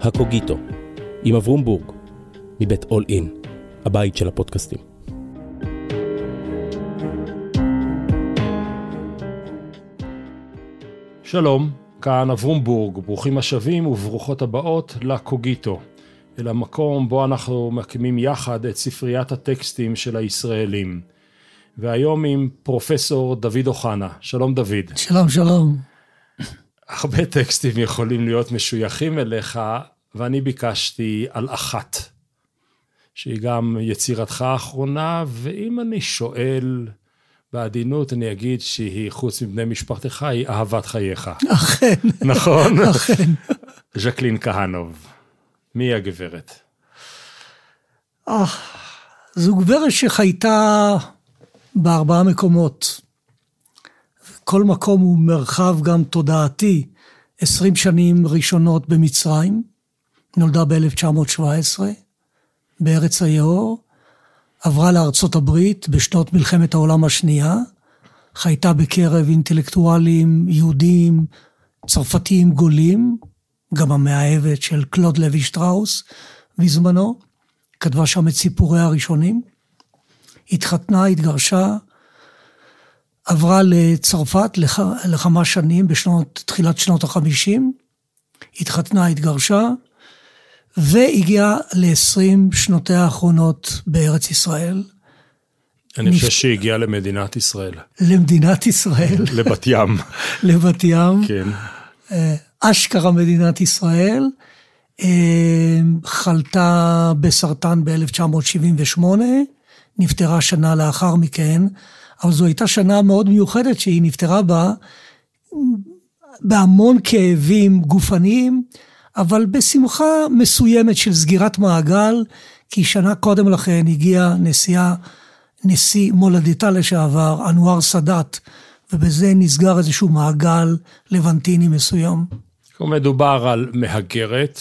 הקוגיטו, עם אברום בורג, מבית אול אין, הבית של הפודקאסטים. שלום, כאן אברום בורג, ברוכים השבים וברוכות הבאות לקוגיטו, אל המקום בו אנחנו מקימים יחד את ספריית הטקסטים של הישראלים. והיום עם פרופסור דוד אוחנה. שלום דוד. שלום, שלום. הרבה טקסטים יכולים להיות משויכים אליך, ואני ביקשתי על אחת, שהיא גם יצירתך האחרונה, ואם אני שואל בעדינות, אני אגיד שהיא חוץ מבני משפחתך, היא אהבת חייך. אכן. נכון? אכן. ז'קלין כהנוב. מי הגברת? זו גברת שחייתה בארבעה מקומות. כל מקום הוא מרחב גם תודעתי. 20 שנים ראשונות במצרים, נולדה ב-1917, בארץ היאור, עברה לארצות הברית בשנות מלחמת העולם השנייה, חייתה בקרב אינטלקטואלים יהודים, צרפתיים גולים, גם המאהבת של קלוד לוי שטראוס בזמנו, כתבה שם את סיפוריה הראשונים, התחתנה, התגרשה, עברה לצרפת לכמה שנים תחילת שנות ה-50, התחתנה, התגרשה, והגיעה ל-20 שנותיה האחרונות בארץ ישראל. אני חושב שהגיעה למדינת ישראל. למדינת ישראל. לבת ים. לבת ים. כן. אשכרה מדינת ישראל. חלתה בסרטן ב-1978, נפטרה שנה לאחר מכן, אבל זו הייתה שנה מאוד מיוחדת שהיא נפטרה בה, בהמון כאבים גופניים, אבל בשמחה מסוימת של סגירת מעגל, כי שנה קודם לכן הגיע נשיא מולדתה לשעבר, אנואר סאדאת, ובזה נסגר איזשהו מעגל לבנטיני מסוים. מדובר על מהגרת,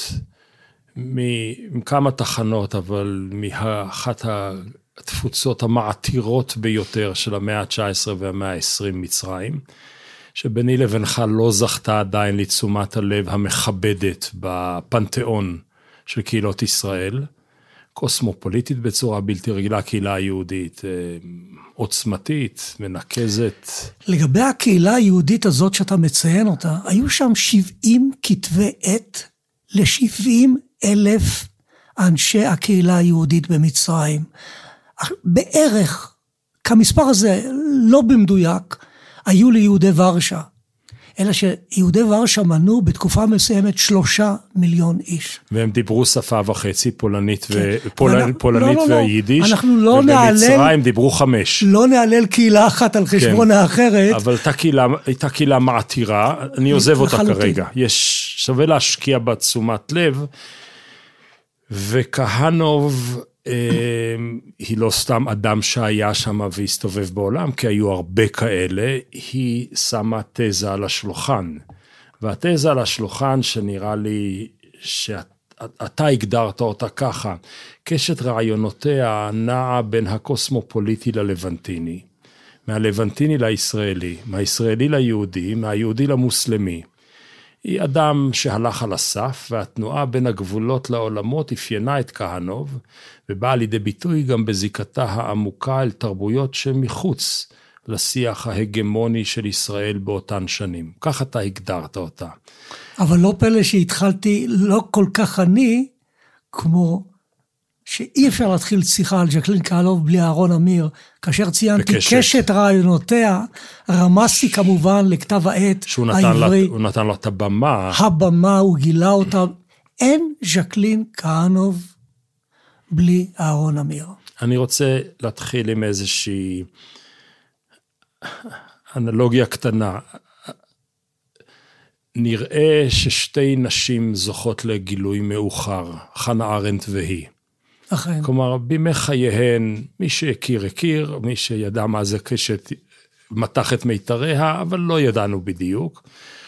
מכמה תחנות, אבל מאחת התפוצות המעתירות ביותר של המאה ה-19 והמאה ה-20 מצרים, שביני לבינך לא זכתה עדיין לתשומת הלב המכבדת בפנתיאון של קהילות ישראל, קוסמופוליטית בצורה בלתי רגילה, קהילה היהודית, עוצמתית, מנקזת. לגבי הקהילה היהודית הזאת שאתה מציין אותה, היו שם 70 כתבי עת ל-70,000 אנשי הקהילה היהודית במצרים. בערך, כמספר הזה לא במדויק, היו ליהודי ורשה, אלא שיהודי ורשה מנו בתקופה מסוימת 3 מיליון איש. והם דיברו שפה וחצי, פולנית ויידיש, ובמצרים דיברו 5. לא נעלל קהילה אחת על חשבון האחרת. אבל הייתה קהילה מעתירה, אני עוזב אותה כרגע. שווה להשקיע בתשומת לב, וכהנוב היא לא סתם אדם שהיה שם והסתובב בעולם, כי היו הרבה כאלה, היא שמה תזה על השולחן, והתזה על השולחן שנראה לי שאתה הגדרת אותה ככה, קשת רעיונותיה נעה בין הקוסמופוליטי ללבנטיני, מהלבנטיני לישראלי, מהישראלי ליהודי, מהיהודי למוסלמי, היא אדם שהלך על הסף, והתנועה בין הגבולות לעולמות אפיינה את כהנוב, ובאה לידי ביטוי גם בזיקתה העמוקה אל תרבויות שמחוץ לשיח ההגמוני של ישראל באותן שנים. כך אתה הגדרת אותה. אבל לא פלא שהתחלתי לא כל כך עני, כמו שאי אפשר להתחיל שיחה על ז'קלין כהנוב בלי אהרון אמיר, כאשר ציינתי קשת רעיונותיה, רמזתי כמובן לכתב העת העברי. הוא נתן לו את הבמה. הבמה, הוא גילה אותה. אין ז'קלין כהנוב בלי אהרון אמיר. אני רוצה להתחיל עם איזושהי אנלוגיה קטנה. נראה ששתי נשים זוכות לגילוי מאוחר, חנה ארנדט והיא. אכן. כלומר, בימי חייהן, מי שהכיר, מי שידע מה זה קשת, מתח את מיתריה, אבל לא ידענו בדיוק.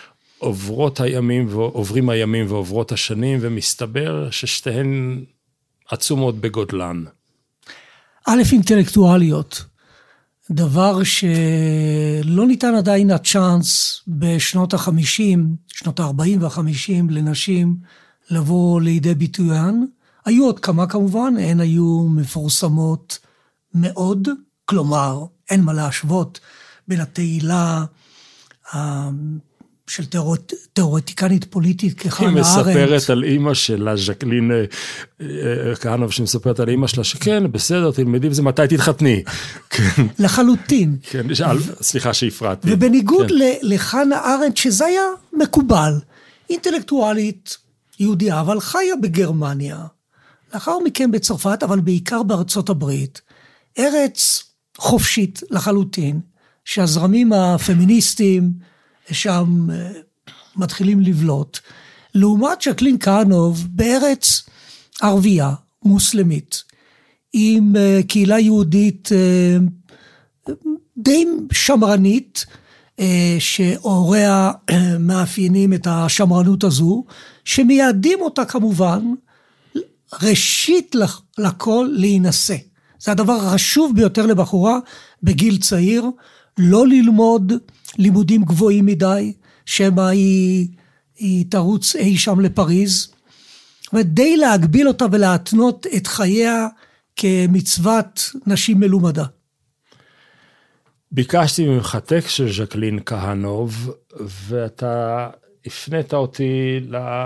עוברים הימים ועוברות השנים, ומסתבר ששתיהן עצומות בגודלן. א', אינטלקטואליות, דבר שלא ניתן עדיין הצ'אנס בשנות ה-50, שנות ה-40 וה-50 לנשים לבוא לידי ביטויין. היו עוד כמה כמובן, הן היו מפורסמות מאוד, כלומר, אין מה להשוות בין התהילה של תיאורטיקנית פוליטית כחנה ארנדט. היא מספרת על אימא שלה, ז'קלין כהנוב, שמספרת על אימא שלה, שכן, בסדר, תלמדי וזה, מתי תתחתני? לחלוטין. כן, סליחה שהפרעתי. ובניגוד לחנה ארנדט, שזה היה מקובל, אינטלקטואלית יהודיה, אבל חיה בגרמניה, לאחר מכן בצרפת, אבל בעיקר בארצות הברית, ארץ חופשית לחלוטין, שהזרמים הפמיניסטיים שם מתחילים לבלוט, לעומת ז'קלין כהנוב בארץ ערבייה, מוסלמית, עם קהילה יהודית די שמרנית, שהוריה מאפיינים את השמרנות הזו, שמייעדים אותה כמובן, ראשית לכל להינשא. זה הדבר החשוב ביותר לבחורה בגיל צעיר, לא ללמוד לימודים גבוהים מדי, שמא היא תרוץ אי שם לפריז, ודי להגביל אותה ולהתנות את חייה כמצוות נשים מלומדה. ביקשתי ממך טקסט של ז'קלין כהנוב, ואתה הפנית אותי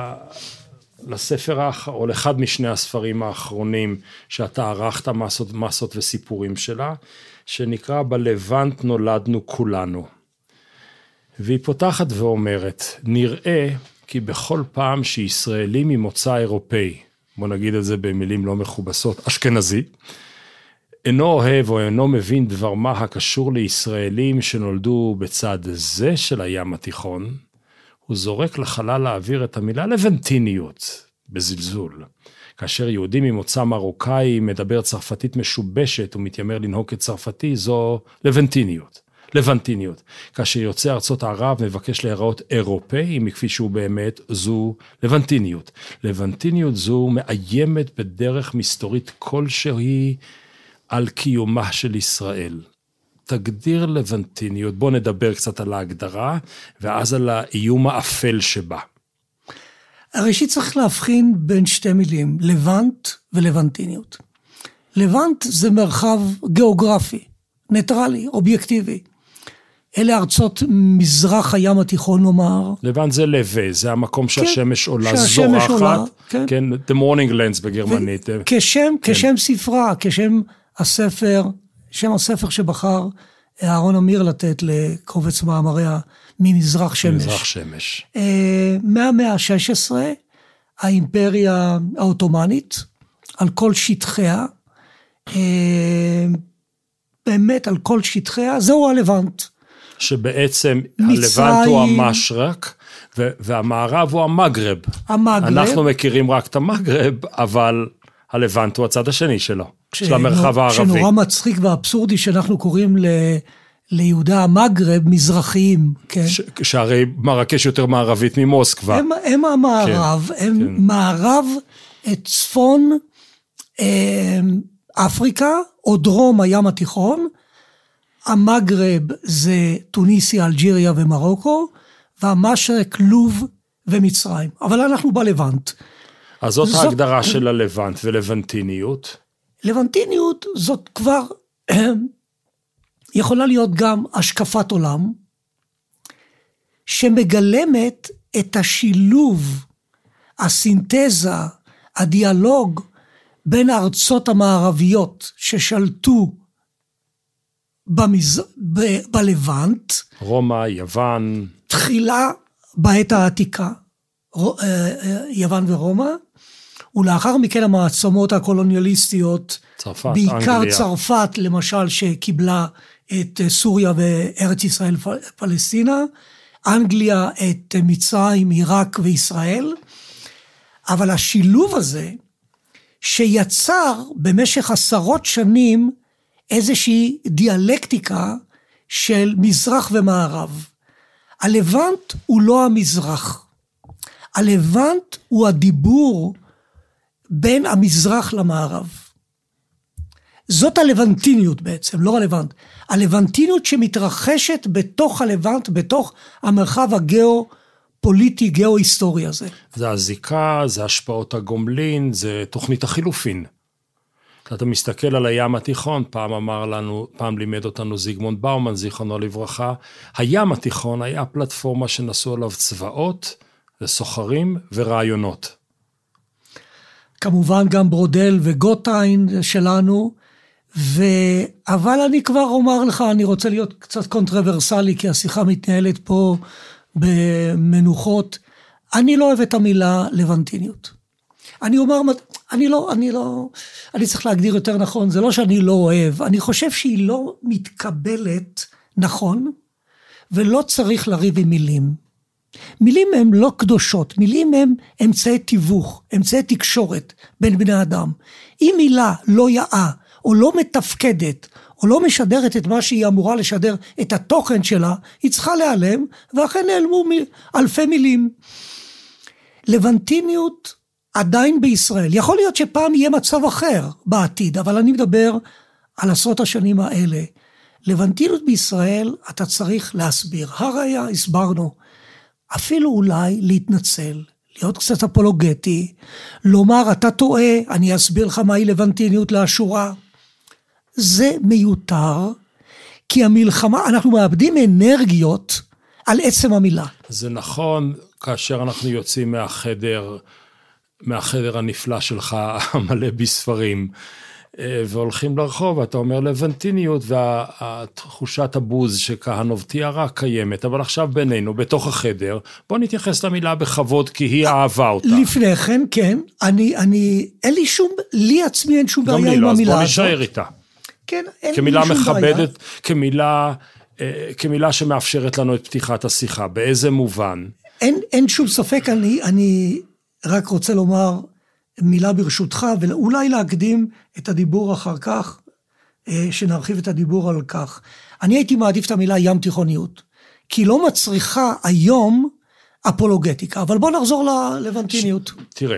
לספר או לאחד משני הספרים האחרונים שאתה ערכת מסות וסיפורים שלה, שנקרא בלבנט נולדנו כולנו. והיא פותחת ואומרת, נראה כי בכל פעם שישראלי ממוצא אירופאי, בוא נגיד את זה במילים לא מכובסות, אשכנזי, אינו אוהב או אינו מבין דבר מה הקשור לישראלים שנולדו בצד זה של הים התיכון, הוא זורק לחלל האוויר את המילה לבנטיניות, בזלזול. כאשר יהודי ממוצא מרוקאי מדבר צרפתית משובשת ומתיימר לנהוג כצרפתי, זו לבנטיניות. כאשר יוצא ארצות ערב מבקש להיראות אירופאי, מכפי שהוא באמת, זו לבנטיניות. לבנטיניות זו מאיימת בדרך מסתורית כלשהי על קיומה של ישראל. תגדיר לבנטיניות, בוא נדבר קצת על ההגדרה, ואז על האיום האפל שבה. ראשית צריך להבחין בין שתי מילים, לבנט ולבנטיניות. לבנט זה מרחב גיאוגרפי, ניטרלי, אובייקטיבי. אלה ארצות מזרח הים התיכון נאמר. לבנט זה לווה, זה המקום שהשמש עולה זורחת. כן, the morning lands בגרמנית. כשם ספרה, כשם הספר, שם הספר שבחר אהרון אמיר לתת לקובץ מאמריה ממזרח שמש. מזרח שמש. מהמאה ה-16, האימפריה העות'מאנית, על כל שטחיה, באמת על כל שטחיה, זהו הלבנט. שבעצם הלבנט הוא המשרק, והמערב הוא המגרב. אנחנו מכירים רק את המגרב, אבל הלבנט הוא הצד השני שלו, של המרחב הערבי. שנורא מצחיק ואבסורדי שאנחנו קוראים ליהודי המגרב מזרחיים. כן? שהרי מרקש יותר מערבית ממוסקבה. הם המערב, כן, הם כן. מערב את צפון אפריקה, או דרום הים התיכון, המגרב זה טוניסיה, אלג'יריה ומרוקו, והמשרק לוב ומצרים. אבל אנחנו בלבנט. אז זאת ההגדרה של הלבנט ולבנטיניות. לבנטיניות זאת כבר יכולה להיות גם השקפת עולם, שמגלמת את השילוב, הסינתזה, הדיאלוג, בין הארצות המערביות ששלטו בלבנט. רומא, יוון. תחילה בעת העתיקה, יוון ורומא, ולאחר מכן המעצמות הקולוניאליסטיות, צרפת, בעיקר אנגליה. צרפת למשל שקיבלה את סוריה וארץ ישראל פלסטינה, אנגליה את מצרים, עיראק וישראל, אבל השילוב הזה שיצר במשך עשרות שנים איזושהי דיאלקטיקה של מזרח ומערב. הלבנט הוא לא המזרח. הלבנט הוא הדיבור בין המזרח למערב. זאת הלבנטיניות בעצם, לא הלבנט. הלבנטיניות שמתרחשת בתוך הלבנט, בתוך המרחב הפוליטי גאו-היסטורי הזה. זה הזיקה, זה השפעות הגומלין, זה תוכנית החילופין. אתה מסתכל על הים התיכון, פעם לימד אותנו זיגמונד באומן, זיכרונו לברכה, הים התיכון היה פלטפורמה שנשאו עליו צבאות, סוחרים ורעיונות. כמובן גם ברודל וגוטיין שלנו, אבל אני כבר אומר לך, אני רוצה להיות קצת קונטרוורסלי, כי השיחה מתנהלת פה במנוחות, אני לא אוהב את המילה לבנטיניות. אני צריך להגדיר יותר נכון, זה לא שאני לא אוהב, אני חושב שהיא לא מתקבלת נכון, ולא צריך לריב עם מילים. מילים הן לא קדושות, מילים הן אמצעי תיווך, אמצעי תקשורת בין בני אדם. אם מילה לא יאה, או לא מתפקדת, או לא משדרת את מה שהיא אמורה לשדר, את התוכן שלה, היא צריכה להיעלם, ואכן נעלמו אלפי מילים. לבנטיניות עדיין בישראל, יכול להיות שפעם יהיה מצב אחר בעתיד, אבל אני מדבר על עשרות השנים האלה. לבנטיניות בישראל אתה צריך להסביר, הראיה הסברנו, אפילו אולי להתנצל, להיות קצת אפולוגטי, לומר אתה טועה, אני אסביר לך מהי לבנטיניות לאשורה. זה מיותר, כי המלחמה, אנחנו מאבדים אנרגיות על עצם המילה. זה נכון, כאשר אנחנו יוצאים מהחדר הנפלא שלך, המלא בספרים, והולכים לרחוב, אתה אומר לבנטיניות, והתחושת הבוז שכהנוב תיארה קיימת, אבל עכשיו בינינו, בתוך החדר, בוא נתייחס למילה בכבוד, כי היא אהבה אותה. לפני כן, כן, אין לי שום, לי עצמי אין שום בעיה עם המילה הזאת. גם לי לא, אז בוא נשאר איתה. כן, אין לי שום בעיה. כמילה מכבדת, כמילה שמאפשרת לנו את פתיחת השיחה, באיזה מובן? אין שום ספק, אני רק רוצה לומר מילה ברשותך, ואולי להקדים את הדיבור אחר כך, שנרחיב את הדיבור על כך. אני הייתי מעדיף את המילה ים תיכוניות, כי לא מצריכה היום אפולוגטיקה, אבל בוא נחזור ללבנטיניות. תראה,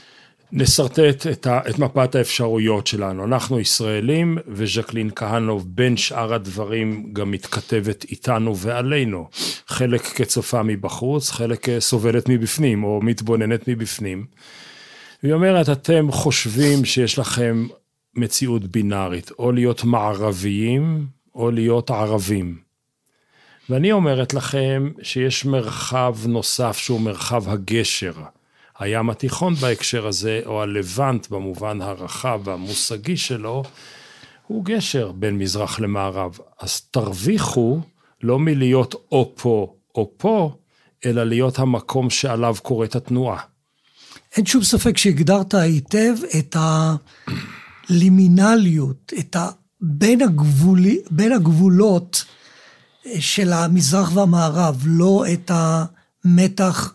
נסרטט את מפת האפשרויות שלנו, אנחנו ישראלים, וז'קלין כהנוב בין שאר הדברים גם מתכתבת איתנו ועלינו, חלק כצופה מבחוץ, חלק סובלת מבפנים, או מתבוננת מבפנים, והיא אומרת, אתם חושבים שיש לכם מציאות בינארית, או להיות מערביים, או להיות ערבים. ואני אומרת לכם שיש מרחב נוסף שהוא מרחב הגשר, הים התיכון בהקשר הזה, או הלבנט במובן הרחב והמושגי שלו, הוא גשר בין מזרח למערב. אז תרוויחו לא מלהיות או פה או פה, אלא להיות המקום שעליו קורית התנועה. אין שום ספק שהגדרת היטב את הלימינליות, את בין הגבולות של המזרח והמערב, לא את המתח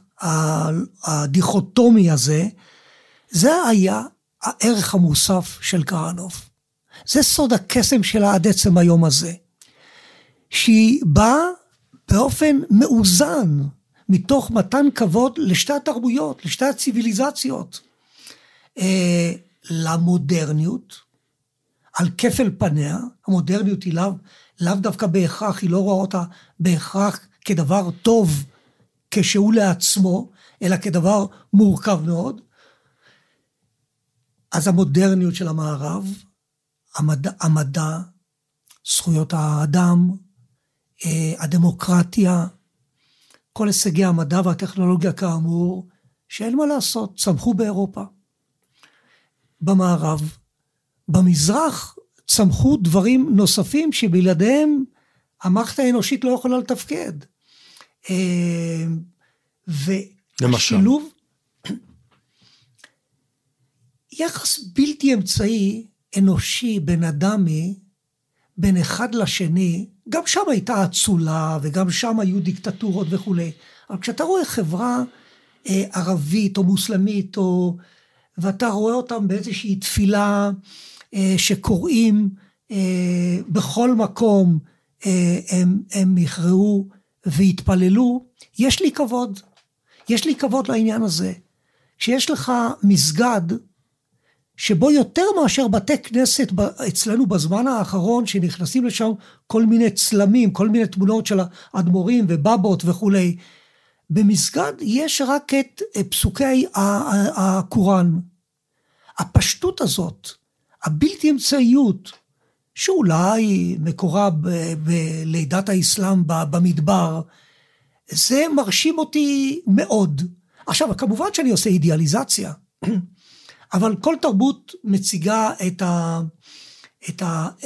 הדיכוטומי הזה. זה היה הערך המוסף של כהנוב. זה סוד הקסם שלה עד עצם היום הזה. שהיא באה באופן מאוזן, מתוך מתן כבוד לשתי התרבויות, לשתי הציביליזציות, למודרניות, על כפל פניה. המודרניות היא לאו דווקא בהכרח, היא לא רואה אותה בהכרח כדבר טוב, כשהוא לעצמו, אלא כדבר מורכב מאוד. אז המודרניות של המערב, המדע, זכויות האדם, הדמוקרטיה, כל הישגי המדע והטכנולוגיה כאמור, שאין מה לעשות, צמחו באירופה. במערב, במזרח, צמחו דברים נוספים שבלעדיהם המערכת האנושית לא יכולה לתפקד. והשילוב, יחס בלתי אמצעי, אנושי, בין אדמי, בין אחד לשני, גם שם הייתה אצולה, וגם שם היו דיקטטורות וכו'. אבל כשאתה רואה חברה ערבית או מוסלמית, ואתה רואה אותם באיזושהי תפילה שקוראים בכל מקום, הם יכרעו והתפללו, יש לי כבוד. יש לי כבוד לעניין הזה. כשיש לך מסגד, שבו יותר מאשר בתי כנסת אצלנו בזמן האחרון, שנכנסים לשם כל מיני צלמים, כל מיני תמונות של האדמו"רים ובבות וכו', במסגד יש רק את פסוקי הקוראן. הפשטות הזאת, הבלתי אמצעיות, שאולי מקורה בלידת האסלאם במדבר, זה מרשים אותי מאוד. עכשיו, כמובן שאני עושה אידיאליזציה, אבל כל תרבות מציגה את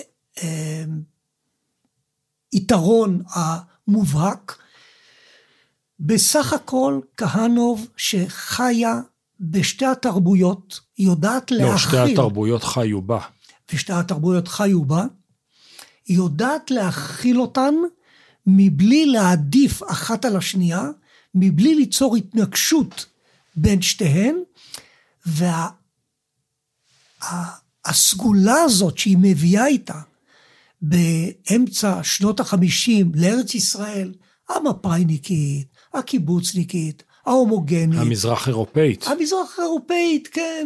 היתרון המובהק. בסך הכל כהנוב שחיה בשתי התרבויות, יודעת להכיל. לא, שתי התרבויות חיו בה. ושתי התרבויות חיו בה, היא יודעת להכיל אותן, מבלי להעדיף אחת על השנייה, מבלי ליצור התנגשות בין שתיהן, והסגולה הזאת שהיא מביאה איתה, באמצע שנות ה-50 לארץ ישראל, המפאיניקית, הקיבוצניקית, ההומוגנית. המזרח אירופאית. המזרח אירופאית, כן.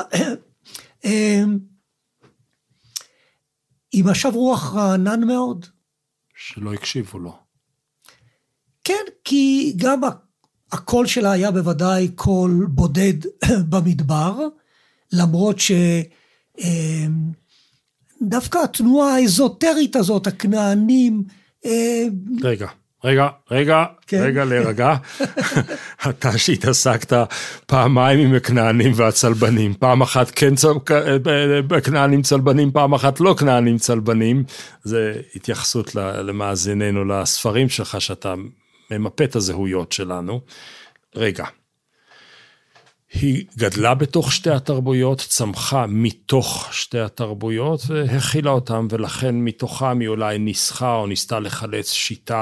עם משב רוח רענן מאוד. שלא הקשיבו לו. כן, כי גם הקול שלה היה בוודאי קול בודד במדבר, למרות דווקא התנועה האזוטרית הזאת, הכנענים... רגע, להירגע. אתה שהתעסקת פעמיים עם הכנענים והצלבנים, פעם אחת כן כנענים צלבנים, פעם אחת לא כנענים צלבנים, זה התייחסות למאזיננו, לספרים שלך, שאתה ממפה את הזהויות שלנו. רגע, היא גדלה בתוך שתי התרבויות, צמחה מתוך שתי התרבויות, והכילה אותם, ולכן מתוכם היא אולי ניסחה או ניסתה לחלץ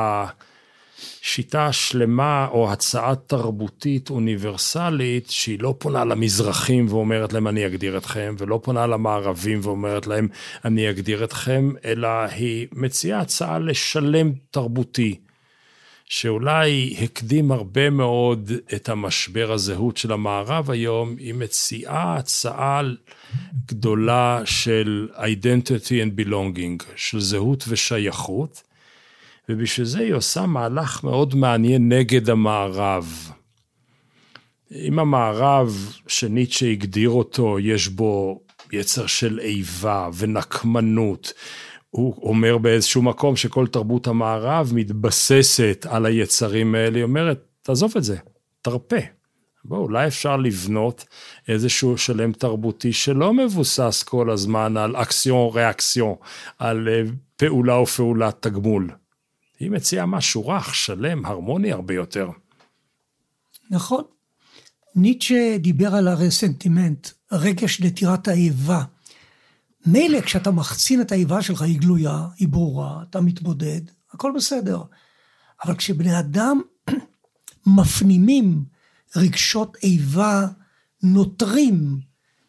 שיטה שלמה או הצעה תרבותית אוניברסלית, שהיא לא פונה למזרחים ואומרת להם אני אגדיר אתכם, ולא פונה למערבים ואומרת להם אני אגדיר אתכם, אלא היא מציעה הצעה לשלם תרבותי, שאולי הקדים הרבה מאוד את המשבר הזהות של המערב היום, היא מציעה הצעה גדולה של identity and belonging, של זהות ושייכות, ובשביל זה היא עושה מהלך מאוד מעניין נגד המערב. אם המערב שניטשה הגדיר אותו, יש בו יצר של איבה ונקמנות, הוא אומר באיזשהו מקום שכל תרבות המערב מתבססת על היצרים האלה, היא אומרת, תעזוב את זה, תרפה. אולי אפשר לבנות איזשהו שלם תרבותי שלא מבוסס כל הזמן על אקסיון ריאקסיון, על פעולה ופעולת תגמול. היא מציעה משהו רך, שלם, הרמוני הרבה יותר. נכון. ניטשה דיבר על הרסנטימנט, רגש נטירת האיבה. מילא כשאתה מחצין את האיבה שלך, היא גלויה, היא ברורה, אתה מתמודד, הכל בסדר. אבל כשבני אדם מפנימים רגשות איבה, נותרים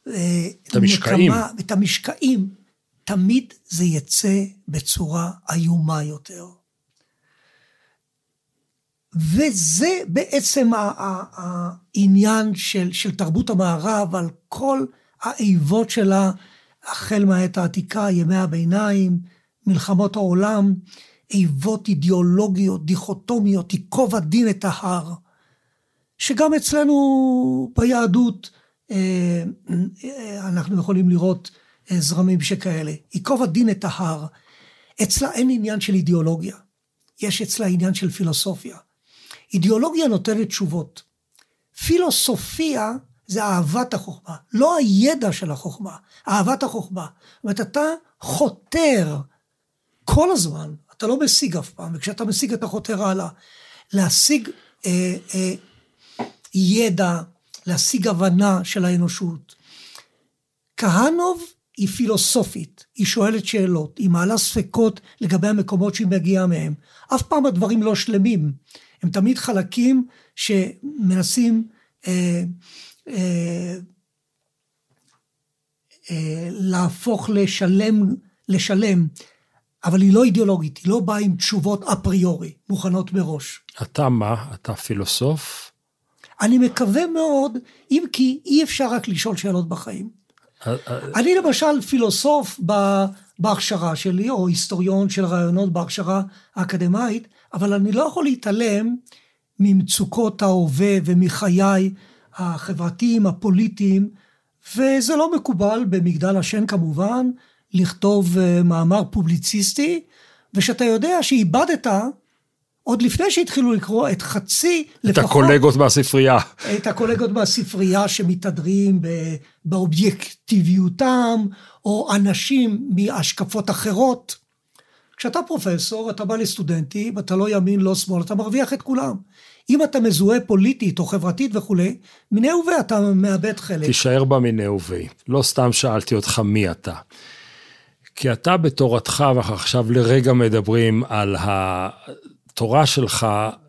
את המשקעים, תמיד זה יצא בצורה איומה יותר. וזה בעצם העניין של תרבות המערב, על כל האיבות שלה, החל מהעת העתיקה, ימי הביניים, מלחמות העולם, איבות אידיאולוגיות, דיכוטומיות, ייקוב הדין את ההר, שגם אצלנו ביהדות אנחנו יכולים לראות זרמים שכאלה. ייקוב הדין את ההר. אצלה אין עניין של אידיאולוגיה, יש אצלה עניין של פילוסופיה. אידיאולוגיה נותנת תשובות. פילוסופיה זה אהבת החוכמה, לא הידע של החוכמה, אהבת החוכמה. זאת אומרת, אתה חותר כל הזמן, אתה לא משיג אף פעם, וכשאתה משיג אתה חותר הלאה, להשיג ידע, להשיג הבנה של האנושות. כהנוב היא פילוסופית, היא שואלת שאלות, היא מעלה ספקות לגבי המקומות שהיא מגיעה מהם. אף פעם הדברים לא שלמים, הם תמיד חלקים שמנסים להפוך לשלם, אבל היא לא אידיאולוגית, היא לא באה עם תשובות אפריורי, מוכנות מראש. אתה מה? אתה פילוסוף? אני מקווה מאוד, אם כי אי אפשר רק לשאול שאלות בחיים. אני למשל פילוסוף בהכשרה שלי, או היסטוריון של רעיונות בהכשרה האקדמית, אבל אני לא יכול להתעלם ממצוקות ההווה ומחיי החברתיים, הפוליטיים, וזה לא מקובל במגדל השן כמובן, לכתוב מאמר פובליציסטי, ושאתה יודע שאיבדת, עוד לפני שהתחילו לקרוא את חצי, את הקולגות מהספרייה. את הקולגות מהספרייה שמתהדרים באובייקטיביותם, או אנשים מהשקפות אחרות. כשאתה פרופסור, אתה בא לסטודנטים, אתה לא ימין, לא שמאל, אתה מרוויח את כולם. אם אתה מזוהה פוליטית או חברתית וכו', מיני הווה אתה מאבד חלק. תישאר בה מיני הווה. לא סתם שאלתי אותך מי אתה. כי אתה בתורתך, ועכשיו לרגע מדברים על התורה שלך,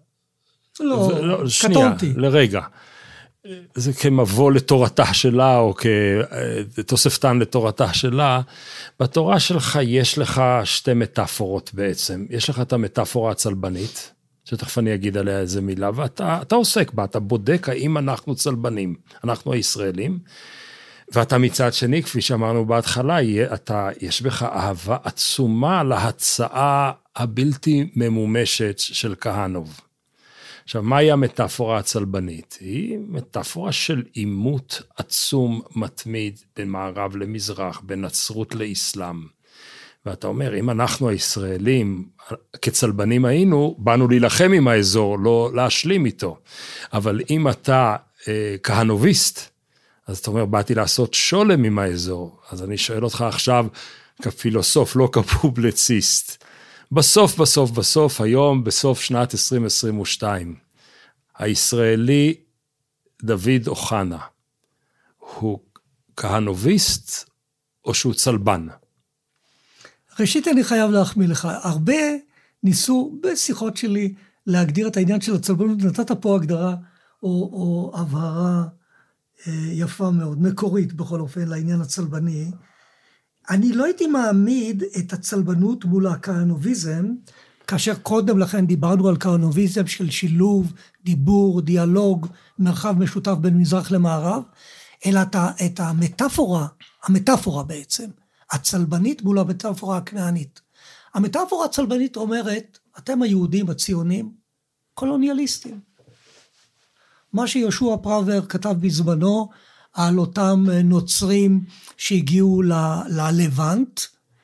לא, קטונתי. לרגע. זה כמבוא לתורתה שלה, או כתוספתן לתורתה שלה. בתורה שלך יש לך שתי מטאפורות בעצם. יש לך את המטאפורה הצלבנית, שתכף אני אגיד עליה איזה מילה, ואתה עוסק בה, אתה בודק האם אנחנו צלבנים, אנחנו הישראלים, ואתה מצד שני, כפי שאמרנו בהתחלה, יש בך אהבה עצומה להצעה הבלתי ממומשת של כהנוב. עכשיו, מהי המטאפורה הצלבנית? היא מטאפורה של עימות עצום מתמיד בין מערב למזרח, בין נצרות לאסלאם. ואתה אומר, אם אנחנו הישראלים, כצלבנים היינו, באנו להילחם עם האזור, לא להשלים איתו. אבל אם אתה כהנוביסט, אז אתה אומר, באתי לעשות שולם עם האזור. אז אני שואל אותך עכשיו, כפילוסוף, לא כפובליציסט. בסוף, היום, בסוף שנת 2022, הישראלי דוד אוחנה, הוא כהנוביסט או שהוא צלבן? ראשית אני חייב להחמיא לך, הרבה ניסו בשיחות שלי להגדיר את העניין של הצלבנות, נתת פה הגדרה או הבהרה יפה מאוד, מקורית בכל אופן לעניין הצלבני. אני לא הייתי מעמיד את הצלבנות מול הכהנוביזם, כאשר קודם לכן דיברנו על כהנוביזם של שילוב, דיבור, דיאלוג, מרחב משותף בין מזרח למערב, אלא את המטאפורה בעצם, הצלבנית מול המטאפורה הכנענית. המטאפורה הצלבנית אומרת, אתם היהודים הציונים, קולוניאליסטים. מה שיהושע פראוור כתב בזמנו, על אותם נוצרים שהגיעו ללבנט,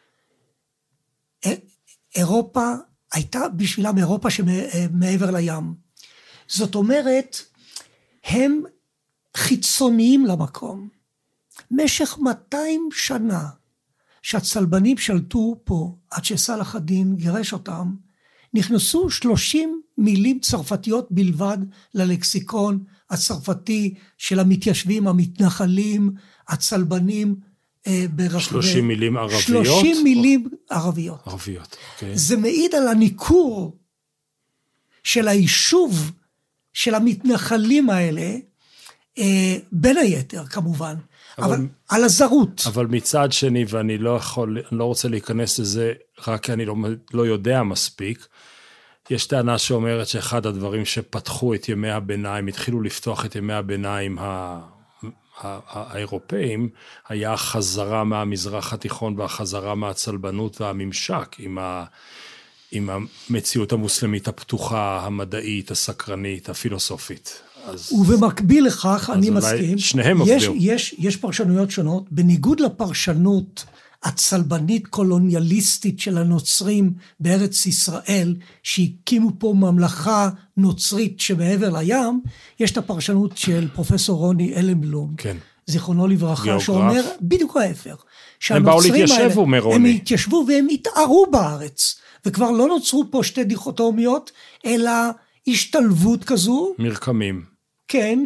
אירופה הייתה בשבילם אירופה שמעבר לים. זאת אומרת, הם חיצוניים למקום. משך 200 שנה שהצלבנים שלטו פה, עד שסלאח א-דין גירש אותם, נכנסו 30 מילים צרפתיות בלבד ללקסיקון הצרפתי של המתיישבים, המתנחלים, הצלבנים. 30 מילים ערביות? 30 מילים ערביות. אוקיי. זה מעיד על הניכור של היישוב של המתנחלים האלה, בין היתר כמובן, אבל על הזרות. אבל מצד שני, ואני לא רוצה להיכנס לזה, רק כי אני לא יודע מספיק, יש טענה שאומרת שאחד הדברים שפתחו את ימי הביניים, התחילו לפתוח את ימי הביניים האירופאים, היה החזרה מהמזרח התיכון והחזרה מהצלבנות והממשק עם המציאות המוסלמית הפתוחה, המדעית, הסקרנית, הפילוסופית. ובמקביל לכך, אני מסכים, שניהם עבדו. יש פרשנויות שונות, בניגוד לפרשנות הצלבנית קולוניאליסטית של הנוצרים בארץ ישראל, שהקימו פה ממלכה נוצרית שמעבר לים, יש את הפרשנות של פרופסור רוני אלנבלום, כן. זיכרונו לברכה, שאומר בדיוק ההפך. הם באו להתיישב, אומר רוני. הם התיישבו והם התארו בארץ, וכבר לא נוצרו פה שתי דיכוטומיות, אלא השתלבות כזו. מרקמים. כן,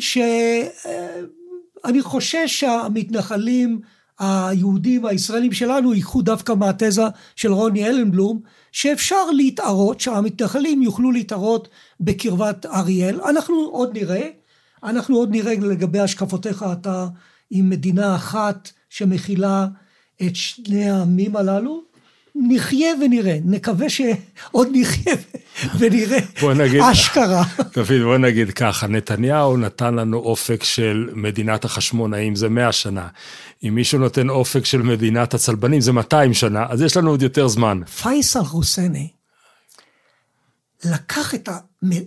שאני חושש שהמתנחלים היהודים הישראלים שלנו ייקחו דווקא מהתזה של רוני אלנבלום, שאפשר להתערות, שהמתנחלים יוכלו להתערות בקרבת אריאל. אנחנו עוד נראה לגבי השקפותיך, אתה עם מדינה אחת שמכילה את שני העמים הללו, נחיה ונראה, נקווה שעוד נחיה ונראה אשכרה. דוד, בוא נגיד ככה, נתניהו נתן לנו אופק של מדינת החשמונאים, זה 100 שנה. אם מישהו נותן אופק של מדינת הצלבנים, זה 200 שנה, אז יש לנו עוד יותר זמן. פייסל חוסייני לקח את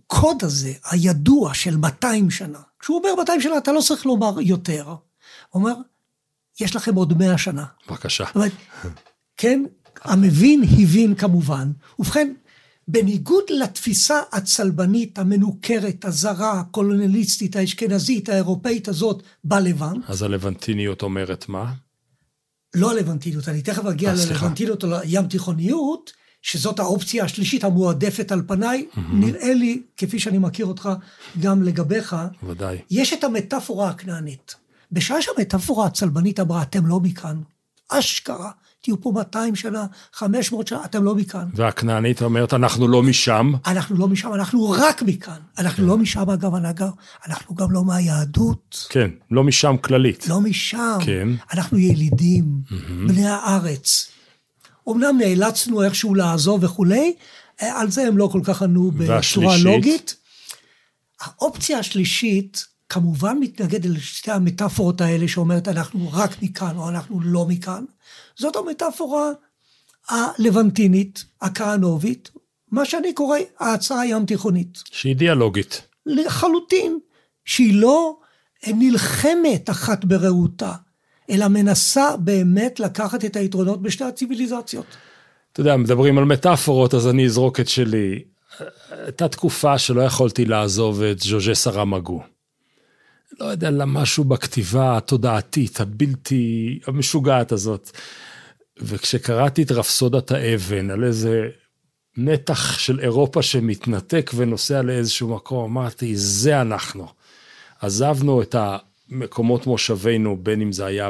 הקוד הזה, הידוע של 200 שנה, כשהוא אומר 200 שנה, אתה לא צריך לומר יותר. הוא אומר, יש לכם עוד 100 שנה. בבקשה. זאת אומרת, כן, המבין הבין כמובן. ובכן, בניגוד לתפיסה הצלבנית, המנוכרת, הזרה, הקולוניאליסטית, האשכנזית, האירופאית הזאת, בלבנט. אז הלבנטיניות אומרת מה? לא הלבנטיניות, אני תכף אגיע ללבנטיניות או לים תיכוניות, שזאת האופציה השלישית המועדפת על פניי, נראה לי, כפי שאני מכיר אותך, גם לגביך, ודאי. יש את המטאפורה הכנענית. בשעה שהמטאפורה הצלבנית אמרה, אתם לא מכאן, אשכרה, תהיו פה 200 שנה, 500 שנה, אתם לא מכאן. והכנענית אומרת, אנחנו לא משם. אנחנו לא משם, אנחנו רק מכאן. אנחנו לא משם, אגב, אנחנו גם לא מהיהדות. כן, לא משם כללית. לא משם. כן. אנחנו ילידים, בני הארץ. אמנם נאלצנו איכשהו לעזוב וכולי, על זה הם לא כל כך ענו בצורה לוגית. האופציה השלישית, כמובן מתנגד לשתי המטאפורות האלה, שאומרת אנחנו רק מכאן, או אנחנו לא מכאן. זאת המטאפורה הלבנטינית, הכהנובית, מה שאני קורא ההצעה הים תיכונית. שהיא דיאלוגית. לחלוטין, שהיא לא נלחמת אחת ברעותה, אלא מנסה באמת לקחת את היתרונות בשתי הציביליזציות. אתה יודע, מדברים על מטאפורות, אז אני אזרוק את שלי. הייתה תקופה שלא יכולתי לעזוב את ז'וז'ה סרמגו. לא יודע, משהו בכתיבה התודעתית, הבלתי המשוגעת הזאת. וכשקראתי את רפסודת האבן, על איזה נתח של אירופה שמתנתק ונוסע לאיזשהו מקום, אמרתי, זה אנחנו. עזבנו את המקומות מושבינו, בין אם זה היה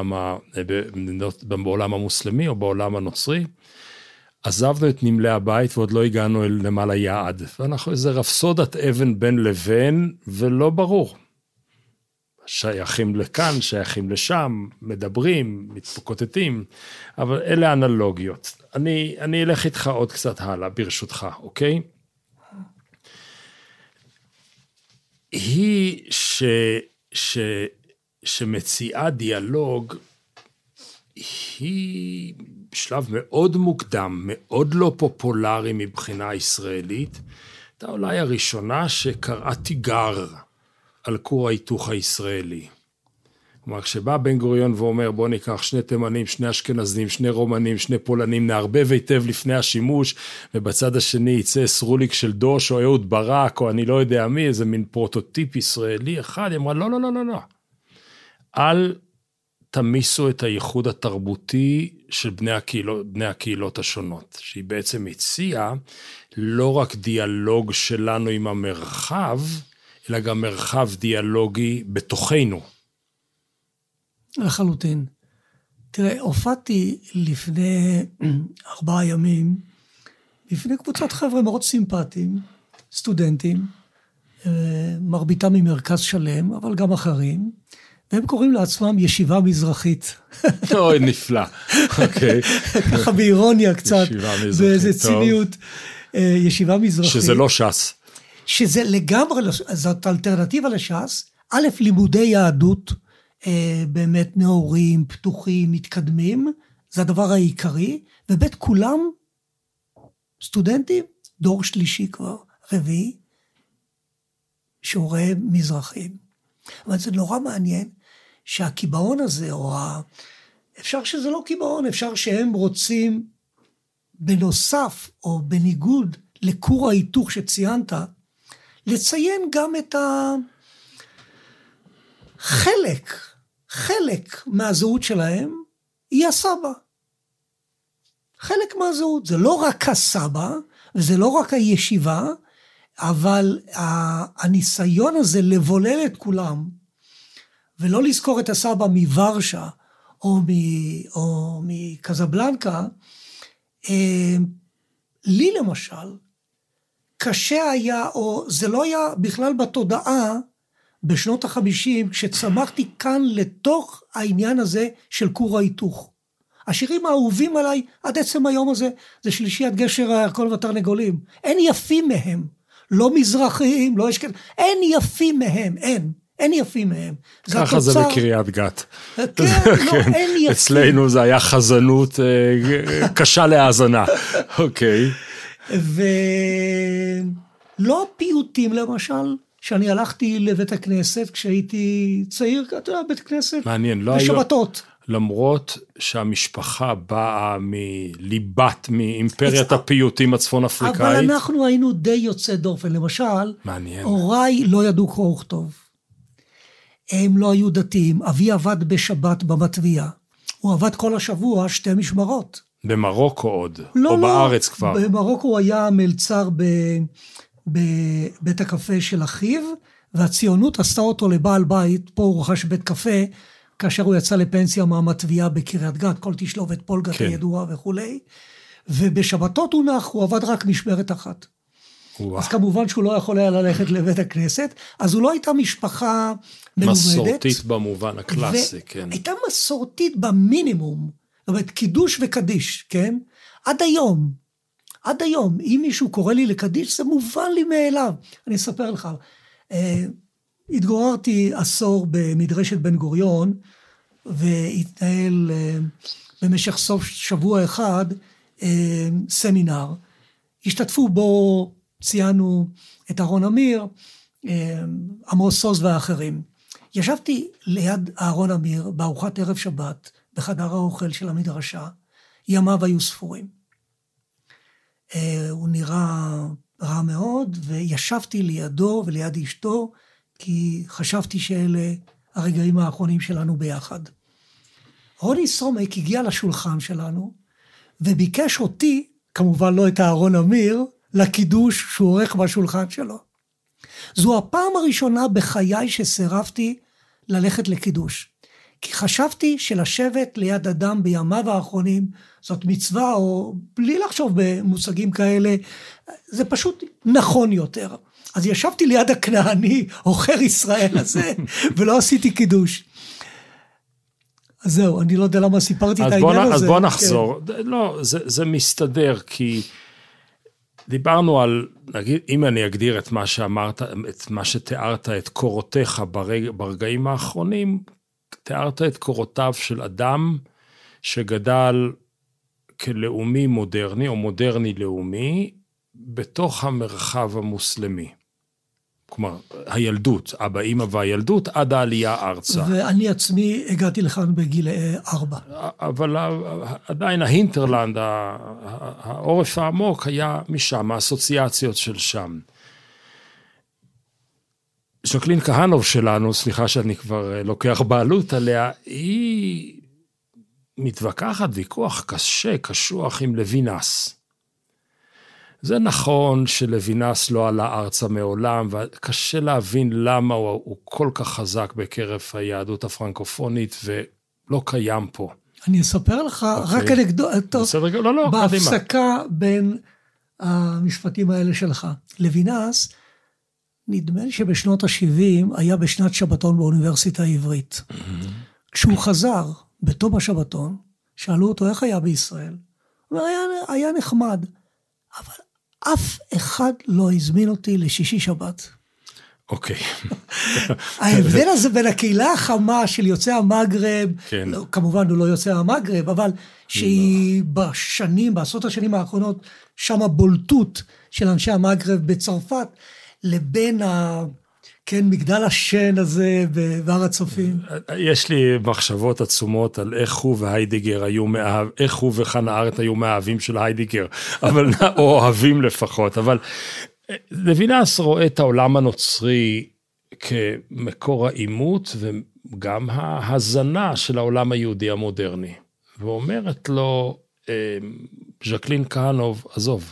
בעולם המוסלמי או בעולם הנוצרי, עזבנו את נמלי הבית ועוד לא הגענו אל נמל היעד. ואנחנו איזה רפסודת אבן בין לבין, ולא ברור. שייכים לכאן, שייכים לשם, מדברים, מתפוקותתים, אבל אלה אנלוגיות. אני אלך איתך עוד קצת הלאה, ברשותך, אוקיי? היא שמציעה דיאלוג, היא בשלב מאוד מוקדם, מאוד לא פופולרי מבחינה ישראלית, הייתה אולי הראשונה שקראה תיגר על כור ההיתוך הישראלי. כלומר, כשבא בן גוריון ואומר, בוא ניקח 2 תימנים, 2 אשכנזים, 2 רומנים, 2 פולנים, נערבב היטב לפני השימוש, ובצד השני יצא סרוליק של דוש, או אהוד ברק, או אני לא יודע מי, איזה מין פרוטוטיפ ישראלי אחד, היא אמרה, לא, לא, לא, לא, לא. אל תמיסו את הייחוד התרבותי של בני הקהילות השונות, שהיא בעצם הציעה לא רק דיאלוג שלנו עם המרחב, אלא גם מרחב דיאלוגי בתוכנו. לחלוטין. תראה, הופעתי לפני 4 ימים, לפני קבוצת חבר'ה מאוד סימפטיים, סטודנטים, מרביתם ממרכז שלם, אבל גם אחרים, והם קוראים לעצמם ישיבה מזרחית. אוי, נפלא. אוקיי. ככה באירוניה קצת, באיזה ציניות, ישיבה מזרחית. שזה לא ש"ס. שזה לגמרי, זאת אלטרנטיבה לש"ס, א', לימודי יהדות, באמת נאורים, פתוחים, מתקדמים, זה הדבר העיקרי, וב' כולם סטודנטים, דור שלישי כבר, רביעי, שיעורי מזרחים. אבל זה נורא מעניין, שהקיבעון הזה, אפשר שזה לא קיבעון, אפשר שהם רוצים, בנוסף, או בניגוד לכור ההיתוך שציינת, לציין גם את חלק מהזהות שלהם, היא הסבא. חלק מהזהות, זה לא רק הסבא, וזה לא רק הישיבה, אבל הניסיון הזה לבולל את כולם, ולא לזכור את הסבא מוורשה, או מקזבלנקה, לי למשל, קשה היה, או זה לא היה בכלל בתודעה, בשנות ה-50, כשצמחתי כאן לתוך העניין הזה של כור ההיתוך. השירים האהובים עליי, עד עצם היום הזה, זה שלישיית גשר הירקון והתרנגולים. אין יפים מהם, לא מזרחיים, לא אשכנזים, אין יפים מהם, אין יפים מהם. ככה זה בקריית גת. כן, לא, אין יפים. אצלנו זה היה חזנות קשה להאזנה. אוקיי. לא פיוטים למשל, שאני הלכתי לבית הכנסת כשהייתי צעיר, אתה יודע, בית כנסת, מעניין, לא בשבתות. למרות שהמשפחה באה מאימפריית הפיוטים הצפון אפריקאית. אבל אנחנו היינו די יוצא דופן, למשל, מעניין. הוריי לא ידעו קרוא וכתוב. הם לא היו דתיים, אבי עבד בשבת במטביה. הוא עבד כל השבוע 2 משמרות. במרוקו עוד, לא, או לא, בארץ כבר. במרוקו הוא היה מלצר בבית הקפה של אחיו, והציונות עשתה אותו לבעל בית, פה הוא רכש בית קפה, כאשר הוא יצא לפנסיה מהמטביה בקריית גת, כל תשלובת פולגת כן. הידועה וכו'. ובשבתות הוא נח, הוא עבד רק משמרת אחת. וואו. אז כמובן שהוא לא יכול היה ללכת לבית הכנסת, אז הוא לא הייתה משפחה מלומדת. מסורתית במובן הקלאסי, כן. הייתה מסורתית במינימום, זאת אומרת, קידוש וקדיש, כן? עד היום, אם מישהו קורא לי לקדיש, זה מובן לי מאליו. אני אספר לך, התגוררתי עשור במדרשת בן גוריון, והתנהל במשך סוף שבוע אחד סמינר. השתתפו בו, ציינו את אהרון אמיר, עמוס עוז ואחרים. ישבתי ליד אהרון אמיר בארוחת ערב שבת, בחדר האוכל של המדרשה, ימיו היו ספורים. הוא נראה רע מאוד, וישבתי לידו וליד אשתו, כי חשבתי שאלה הרגעים האחרונים שלנו ביחד. רוני סומק הגיע לשולחן שלנו, וביקש אותי, כמובן לא את אהרון אמיר, לקידוש שהוא עורך בשולחן שלו. זו הפעם הראשונה בחיי שסירבתי ללכת לקידוש. כי חשבתי שלשבת ליד אדם בימיו האחרונים, זאת מצווה, או בלי לחשוב במושגים כאלה, זה פשוט נכון יותר. אז ישבתי ליד הכנעני, עוכר ישראל הזה, ולא עשיתי קידוש. אז זהו, אני לא יודע למה סיפרתי את העניין הזה. אז בוא נחזור. כן. לא, זה מסתדר, כי דיברנו על, נגיד, אם אני אגדיר את מה שאמרת, את מה שתיארת, את קורותיך ברגעים האחרונים, תיארת את קורותיו של אדם שגדל כלאומי מודרני, או מודרני לאומי, בתוך המרחב המוסלמי. כלומר, הילדות, אבא, אמא והילדות, עד העלייה ארצה. ואני עצמי הגעתי לכאן בגיל 4. אבל עדיין ההינטרלנד, העורף העמוק היה משם, האסוציאציות של שם. ז'קלין כהנוב שלנו, סליחה שאני כבר לוקח בעלות עליה, היא מתווכחת ויכוח קשה, קשוח עם לוינס. זה נכון שלוינס לא עלה ארצה מעולם, וקשה להבין למה הוא כל כך חזק בקרב היהדות הפרנקופונית, ולא קיים פה. אני אספר לך רק אנקדוטה, בהפסקה בין המשפטים האלה שלך. לוינס, נדמה לי שבשנות ה-70, היה בשנת שבתון באוניברסיטה העברית. כשהוא חזר בתום השבתון, שאלו אותו איך היה בישראל, הוא היה נחמד, אבל אף אחד לא הזמין אותי לשישי שבת. אוקיי. ההבדל הזה בין הקהילה החמה של יוצאי המגרב, כן. כמובן הוא לא יוצא המגרב, אבל שהיא בעשרות השנים האחרונות, שם הבולטות של אנשי המגרב בצרפת, לבין מגדל השן הזה בהר הצופים. יש לי מחשבות עצומות על איך הוא והיידיגר איך הוא וחנה ארנדט היו מאהבים של היידיגר, אבל, או אוהבים לפחות, אבל לוינס רואה את העולם הנוצרי כמקור העימות, וגם ההזנה של העולם היהודי המודרני. ואומרת לו, ז'קלין כהנוב, עזוב,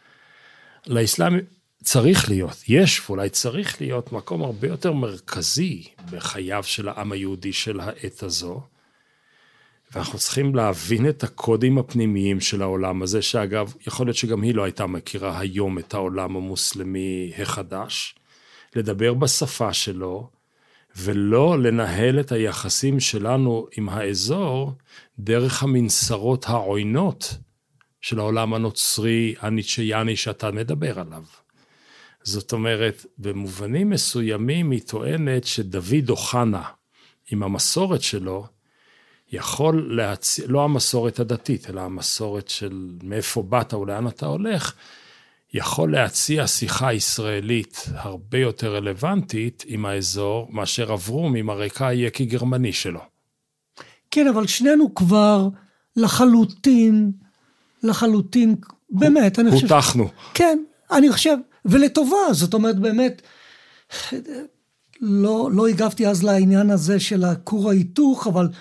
לאסלאם צריך להיות, ואולי צריך להיות מקום הרבה יותר מרכזי בחייו של העם היהודי של העת הזו, ואנחנו צריכים להבין את הקודים הפנימיים של העולם הזה, שאגב, יכול להיות שגם היא לא הייתה מכירה היום את העולם המוסלמי החדש, לדבר בשפה שלו, ולא לנהל את היחסים שלנו עם האזור, דרך המנסרות העוינות של העולם הנוצרי, הניטשיאני שאתה מדבר עליו. זאת אומרת, במובנים מסוימים היא טוענת שדוד אוחנה, עם המסורת שלו, יכול להציע, לא המסורת הדתית, אלא המסורת של מאיפה באת או לאן אתה הולך, יכול להציע שיחה ישראלית הרבה יותר רלוונטית עם האזור, מאשר עברו ממרקע היקי גרמני שלו. כן, אבל שנינו כבר לחלוטין, באמת, אני חושב... הותחנו. כן, אני חושב, ולטובה, זאת אומרת, באמת, לא הגבתי אז לעניין הזה של הכור ההיתוך, אבל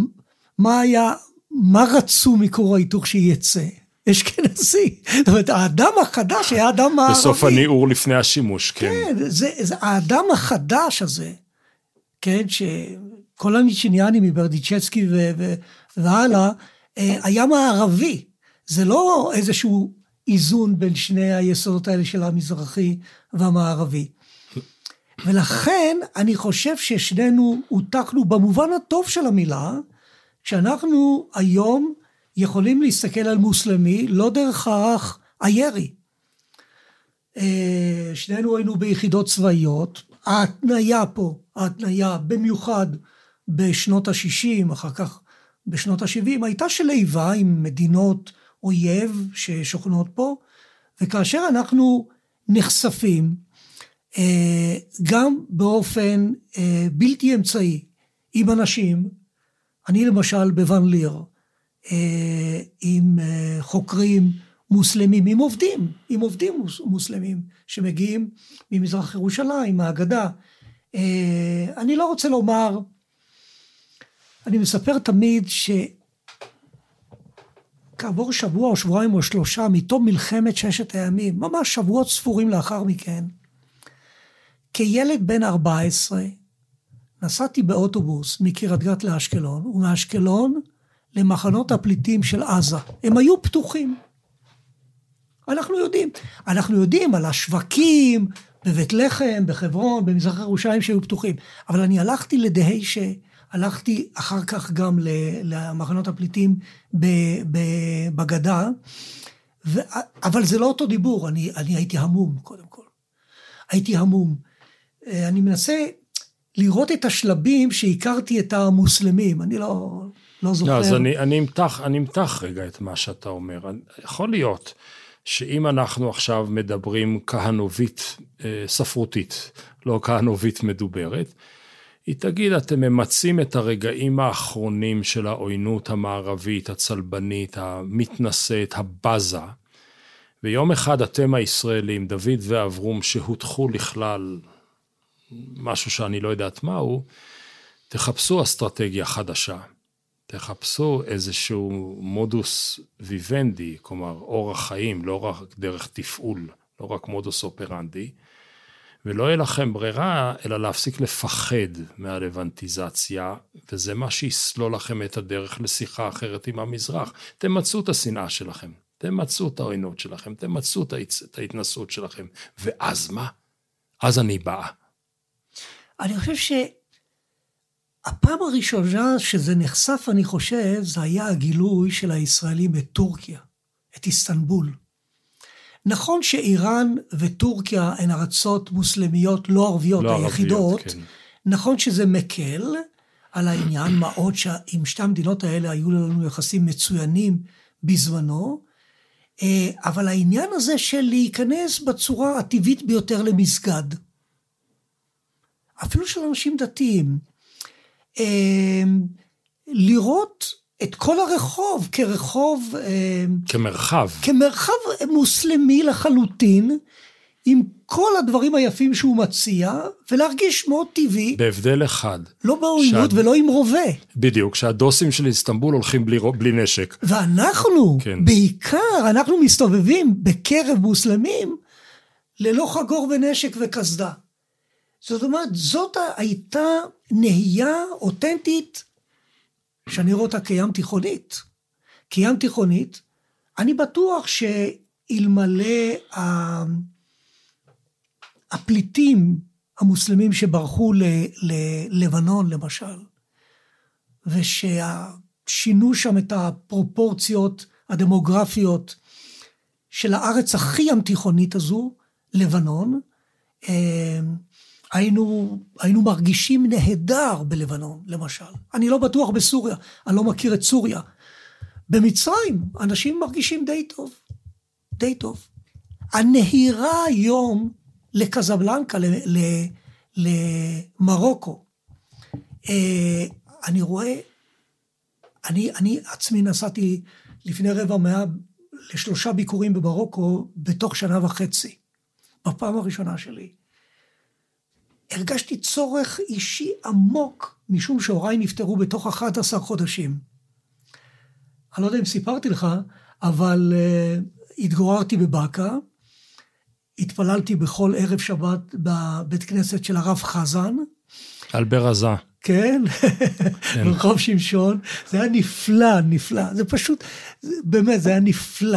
מה רצו מכור ההיתוך שיצא? אשכנזי. זאת אומרת, האדם החדש היה האדם הערבי. בסוף הניעור לפני השימוש, כן. כן, זה האדם החדש הזה, כן, שכל הניצ'יניאני מברדיצ'בסקי והלאה, היה מערבי. זה לא איזשהו איזון בין שני היסודות האלה של המזרחי והמערבי. ולכן אני חושב ששנינו הותקנו במובן הטוב של המילה, שאנחנו היום יכולים להסתכל על מוסלמי, לא דרך האח הירי. שנינו היינו ביחידות צבאיות, ההתניה במיוחד בשנות ה-60, אחר כך בשנות ה-70, הייתה של איבה עם מדינות אויב ששוכנות פה, וכאשר אנחנו נחשפים, גם באופן בלתי אמצעי, עם אנשים, אני למשל בוון ליר, עם חוקרים מוסלמים, עם עובדים מוסלמים, שמגיעים ממזרח ירושלים, מהגדה. אני לא רוצה לומר, אני מספר תמיד כעבור שבוע או שבועיים או שלושה, מתום מלחמת ששת הימים, ממש שבועות ספורים לאחר מכן, כילד בן 14, נסעתי באוטובוס מקריית גת לאשקלון, ומאשקלון למחנות הפליטים של עזה. הם היו פתוחים. אנחנו יודעים על השווקים, בבית לחם, בחברון, במזרח ירושלים שהיו פתוחים. אבל אני הלכתי לדהיישה, הלכתי אחר כך גם למחנות הפליטים בגדה, אבל זה לא אותו דיבור, אני הייתי המום קודם כל. הייתי המום. אני מנסה לראות את השלבים שהכרתי את המוסלמים, אני לא זוכר. אז אני אמתח רגע את מה שאתה אומר. יכול להיות שאם אנחנו עכשיו מדברים כהנובית ספרותית, לא כהנובית מדוברת, היא תגיד, אתם ממצים את הרגעים האחרונים של העוינות המערבית, הצלבנית, המתנשאת, הבזה, ויום אחד אתם הישראלים, דוד ואברום, שהותחו לכלל משהו שאני לא יודעת מהו, תחפשו אסטרטגיה חדשה, תחפשו איזשהו מודוס ויבנדי, כלומר אורח חיים, לא רק דרך תפעול, לא רק מודוס אופרנדי, ולא יהיה לכם ברירה, אלא להפסיק לפחד מהלבנטיזציה, וזה מה שיסלול לכם את הדרך לשיחה אחרת עם המזרח. תמצאו את השנאה שלכם, תמצאו את העוינות שלכם, תמצאו את ההתנסות שלכם, ואז מה? אז אני באה. אני חושב שהפעם הראשונה שזה נחשף, אני חושב, זה היה הגילוי של הישראלים בטורקיה, את איסטנבול. נכון שאיראן וטורקיה הן ארצות מוסלמיות לא ערביות היחידות, כן. נכון שזה מקל על העניין, מה עוד שעם שתי המדינות האלה היו לנו יחסים מצוינים בזמנו, אבל העניין הזה של להיכנס בצורה הטבעית ביותר למסגד, אפילו של אנשים דתיים, לראות את כל הרחוב כרחוב, כמרחב מוסלמי לחלוטין, עם כל הדברים היפים שהוא מציע, ולהרגיש מאוד טבעי. בהבדל אחד. לא בעוינות ולא עם רובה. בדיוק, שהדוסים של איסטנבול הולכים בלי נשק. ואנחנו, כן. בעיקר, אנחנו מסתובבים בקרב מוסלמים, ללא חגור ונשק וקסדה. זאת אומרת, זאת הייתה נהייה אותנטית, שאני רואה אותה כים תיכונית. כים תיכונית, אני בטוח שאלמלא הפליטים המוסלמים שברחו ללבנון למשל, וששינו שם את הפרופורציות הדמוגרפיות של הארץ הכי ים תיכונית הזו, לבנון, היינו מרגישים נהדר בלבנון, למשל. אני לא בטוח בסוריה, אני לא מכיר את סוריה. במצרים, אנשים מרגישים די טוב. הנהירה היום לקזבלנקה, למרוקו, אני רואה, אני עצמי נסעתי לפני רבע מאה ל3 ביקורים במרוקו בתוך 1.5 שנה, בפעם הראשונה שלי. הרגשתי צורך אישי עמוק, משום שהוריי נפטרו בתוך 11 חודשים. אני לא יודע אם סיפרתי לך, אבל התגוררתי בבאקה, התפללתי בכל ערב שבת בבית כנסת של הרב חזן. אלבר עזה. כן, ברחוב שמשון. זה היה נפלא. זה פשוט, באמת, זה היה נפלא.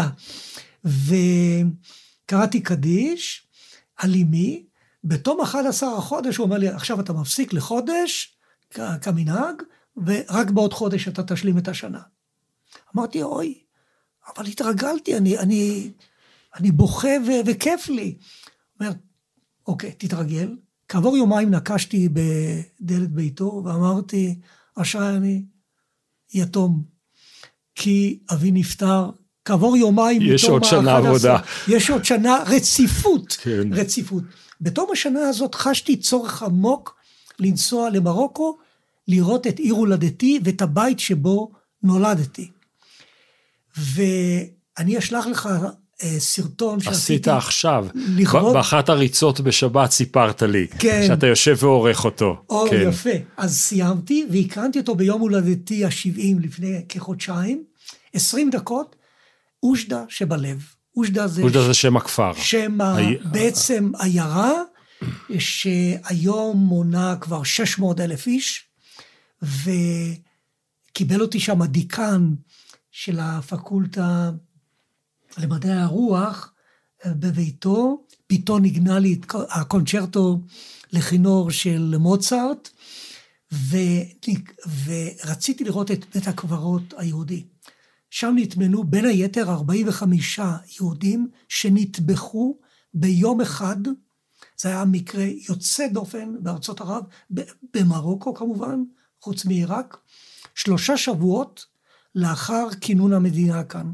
וקראתי קדיש על אמי, בתום 11 החודש הוא אומר לי, עכשיו אתה מפסיק לחודש, כמנהג, ורק בעוד חודש אתה תשלים את השנה. אמרתי, אוי, אבל התרגלתי, אני בוכה וכיף לי. אומר, אוקיי, תתרגל. כעבור יומיים נקשתי בדלת ביתו, ואמרתי, אשרי אני יתום, כי אבי נפטר. כעבור יומיים, יש עוד שנה עבודה. יש עוד שנה רציפות. כן. רציפות. בתום השנה הזאת חשתי צורך עמוק לנסוע למרוקו, לראות את עיר הולדתי ואת הבית שבו נולדתי. ואני אשלח לך סרטון עשית עכשיו, באחת הריצות בשבת סיפרת לי, כן. שאתה יושב ועורך אותו. כן. יפה, אז סיימתי והקרנתי אותו ביום הולדתי ה-70 לפני כחודשיים, 20 דקות, אושדה שבלב. אושדה זה שם הכפר. שם בעצם עיירה, שהיום מונה כבר 600,000 איש, וקיבל אותי שם הדיקן של הפקולטה למדעי הרוח בביתו, פתאום נגנה לי את הקונצ'רטו לכינור של מוצרט, ורציתי לראות את בית הקברות היהודי. שם נטמנו בין היתר 45 יהודים שנטבחו ביום אחד, זה היה מקרה יוצא דופן בארצות ערב, במרוקו כמובן, חוץ מעיראק, 3 שבועות לאחר כינון המדינה כאן.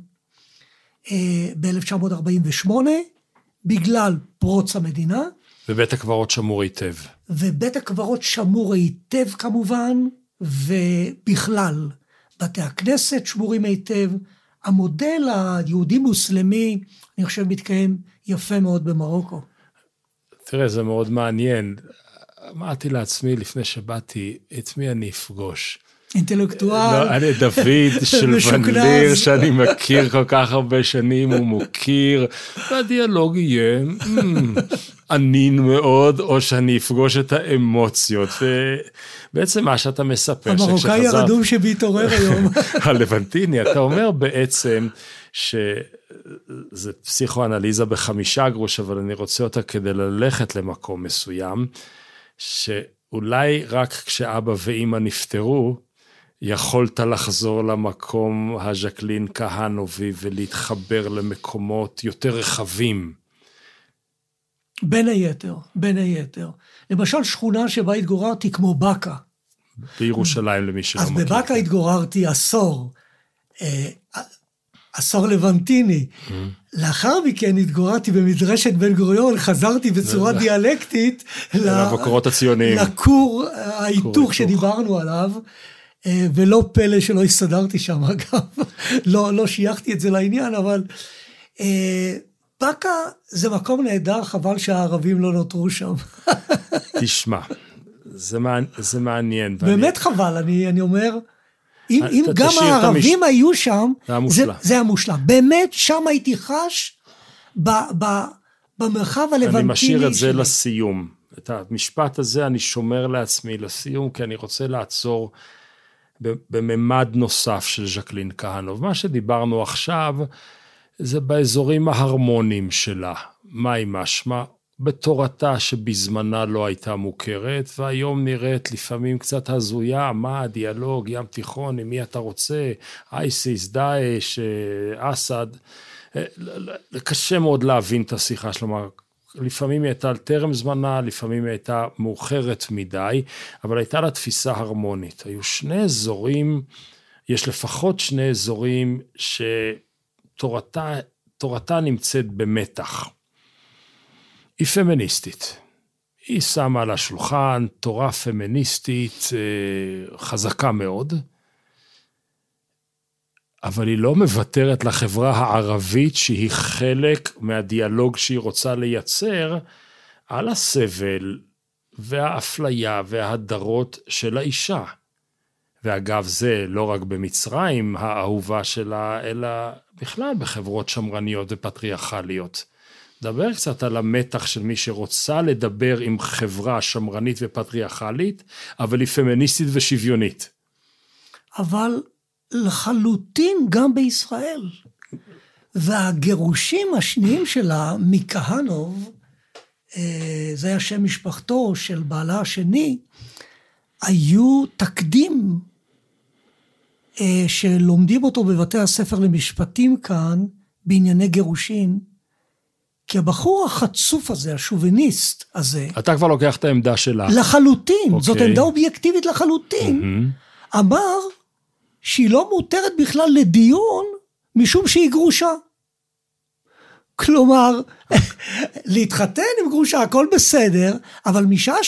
ב-1948, בגלל פרוץ המדינה. ובית הקברות שמור היטב. ובית הקברות שמור היטב כמובן, ובכלל, בתי הכנסת שמורים היטב. המודל היהודי-מוסלמי, אני חושב, מתקיים יפה מאוד במרוקו. תראה, זה מאוד מעניין. אמרתי לעצמי לפני שבאתי, את מי אני אפגוש? אינטלקטואל. לא, אני דוד של ונדיר, שאני מכיר כל כך הרבה שנים, הוא מוכיר, והדיאלוג יהיה ענין מאוד, או שאני אפגוש את האמוציות, ובעצם מה שאתה מספר, המרוקאי הרדום שבהתעורר היום. הלבנטיני, אתה אומר בעצם, שזה פסיכואנליזה ב5 גרוש, אבל אני רוצה אותה כדי ללכת למקום מסוים, שאולי רק כשאבא ואמא נפטרו, יכולת לחזור למקום הז'קלין כהנובי ולהתחבר למקומות יותר רחבים. בין היתר. למשל שכונה שבה התגוררתי כמו באקה. בירושלים למי שלא מכיר. אז בבאקה התגוררתי עשור לבנטיני. לאחר מכן התגוררתי במדרשת בן גוריון, חזרתי בצורה דיאלקטית למקורות הציוניים. לכור ההיתוך שדיברנו עליו, ולא פלא שלא הסתדרתי שם, אגב, לא שייכתי את זה לעניין, אבל באקה זה מקום נהדר, חבל שהערבים לא נותרו שם. תשמע, זה מעניין. באמת חבל, אני אומר, אם גם הערבים היו שם, זה היה מושלם. באמת, שם הייתי חש במרחב הלבנטיני. אני משאיר את זה לסיום. את המשפט הזה אני שומר לעצמי לסיום, כי אני רוצה לעצור בממד נוסף של ז'קלין כהנוב. מה שדיברנו עכשיו, זה באזורים ההרמוניים שלה. מה היא משמע? בתורתה שבזמנה לא הייתה מוכרת, והיום נראית לפעמים קצת הזויה, מה הדיאלוג, ים תיכון, עם מי אתה רוצה, אייסיס, דאעש, אסד, קשה מאוד להבין את השיחה שלמה, לפעמים היא הייתה על טרם זמנה, לפעמים היא הייתה מאוחרת מדי, אבל הייתה לה תפיסה הרמונית. היו 2 אזורים, יש לפחות 2 אזורים שתורתה נמצאת במתח. היא פמיניסטית. היא שמה על השולחן תורה פמיניסטית חזקה מאוד, אבל היא לא מוותרת לחברה הערבית שהיא חלק מהדיאלוג שהיא רוצה לייצר על הסבל והאפליה וההדרות של האישה. ואגב זה לא רק במצרים האהובה שלה, אלא בכלל בחברות שמרניות ופטריארכליות. דבר קצת על המתח של מי שרוצה לדבר עם חברה שמרנית ופטריארכלית, אבל היא פמיניסטית ושוויונית. אבל לחלוטין גם בישראל. והגירושים השניים שלה מכהנוב, זה היה שם משפחתו של בעלה השני, היו תקדים שלומדים אותו בבתי הספר למשפטים כאן, בענייני גירושין, כי הבחור החצוף הזה, השוביניסט הזה, אתה כבר לוקח את העמדה שלה. לחלוטין, זאת עמדה אובייקטיבית לחלוטין, אמר שהיא לא מותרת בכלל לדיון, משום שהיא גרושה. כלומר, להתחתן עם גרושה, הכל בסדר, אבל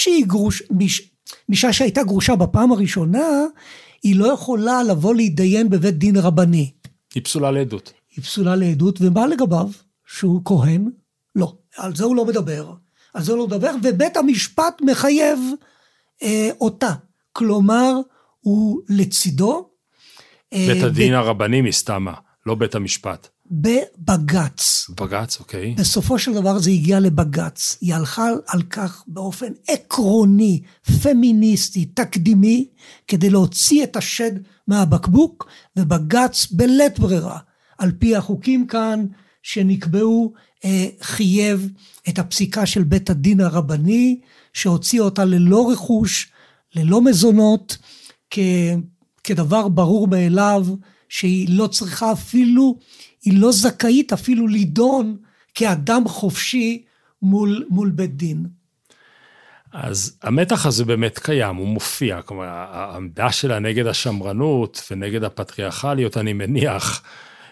משעה שהייתה גרושה בפעם הראשונה, היא לא יכולה לבוא להתדיין בבית דין רבני. היא פסולה לעדות. היא פסולה לעדות, ומה לגביו? שהוא כהן? לא, על זה הוא לא מדבר. על זה הוא לא מדבר, ובית המשפט מחייב אותה. כלומר, הוא לצידו. בית הדין הרבני מסתמה, לא בית המשפט. בבגץ. בגץ, אוקיי. בסופו של דבר זה הגיע לבגץ. היא הלכה על כך באופן עקרוני, פמיניסטי, תקדימי, כדי להוציא את השד מהבקבוק, ובגץ בלית ברירה, על פי החוקים כאן שנקבעו, חייב את הפסיקה של בית הדין הרבני, שהוציא אותה ללא רכוש, ללא מזונות, כדבר ברור מאליו, שהיא לא צריכה אפילו, היא לא זכאית אפילו לדון כאדם חופשי מול בית דין. אז המתח הזה באמת קיים, הוא מופיע, כלומר, העמדה שלה נגד השמרנות ונגד הפטריארכליות, אני מניח,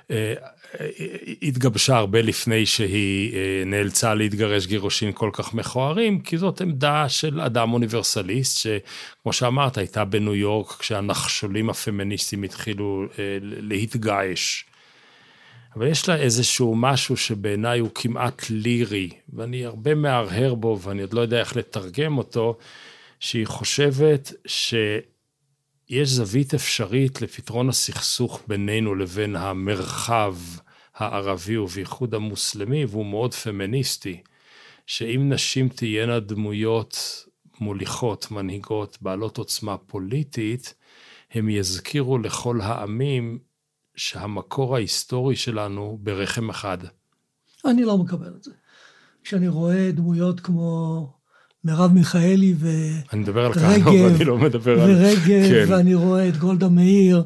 התגבשה הרבה לפני שהיא נאלצה להתגרש גירושים כל כך מכוערים, כי זאת עמדה של אדם אוניברסליסט, שכמו שאמרת, הייתה בניו יורק, כשהנחשולים הפמיניסטים התחילו להתגעש. אבל יש לה איזשהו משהו שבעיניי הוא כמעט לירי, ואני הרבה מהרהר בו, ואני עוד לא יודע איך לתרגם אותו, שהיא חושבת שיש זווית אפשרית לפתרון הסכסוך בינינו לבין המרחב הערבי ובייחוד המוסלמי, והוא מאוד פמיניסטי, שאם נשים תהיינה דמויות מוליכות, מנהיגות, בעלות עוצמה פוליטית, הם יזכירו לכל העמים שהמקור ההיסטורי שלנו ברחם אחד. אני לא מקבל את זה. כשאני רואה דמויות כמו מרב מיכאלי אני מדבר על כהנוב, אני לא מדבר על... ורגב, ואני רואה את גולדה מאיר,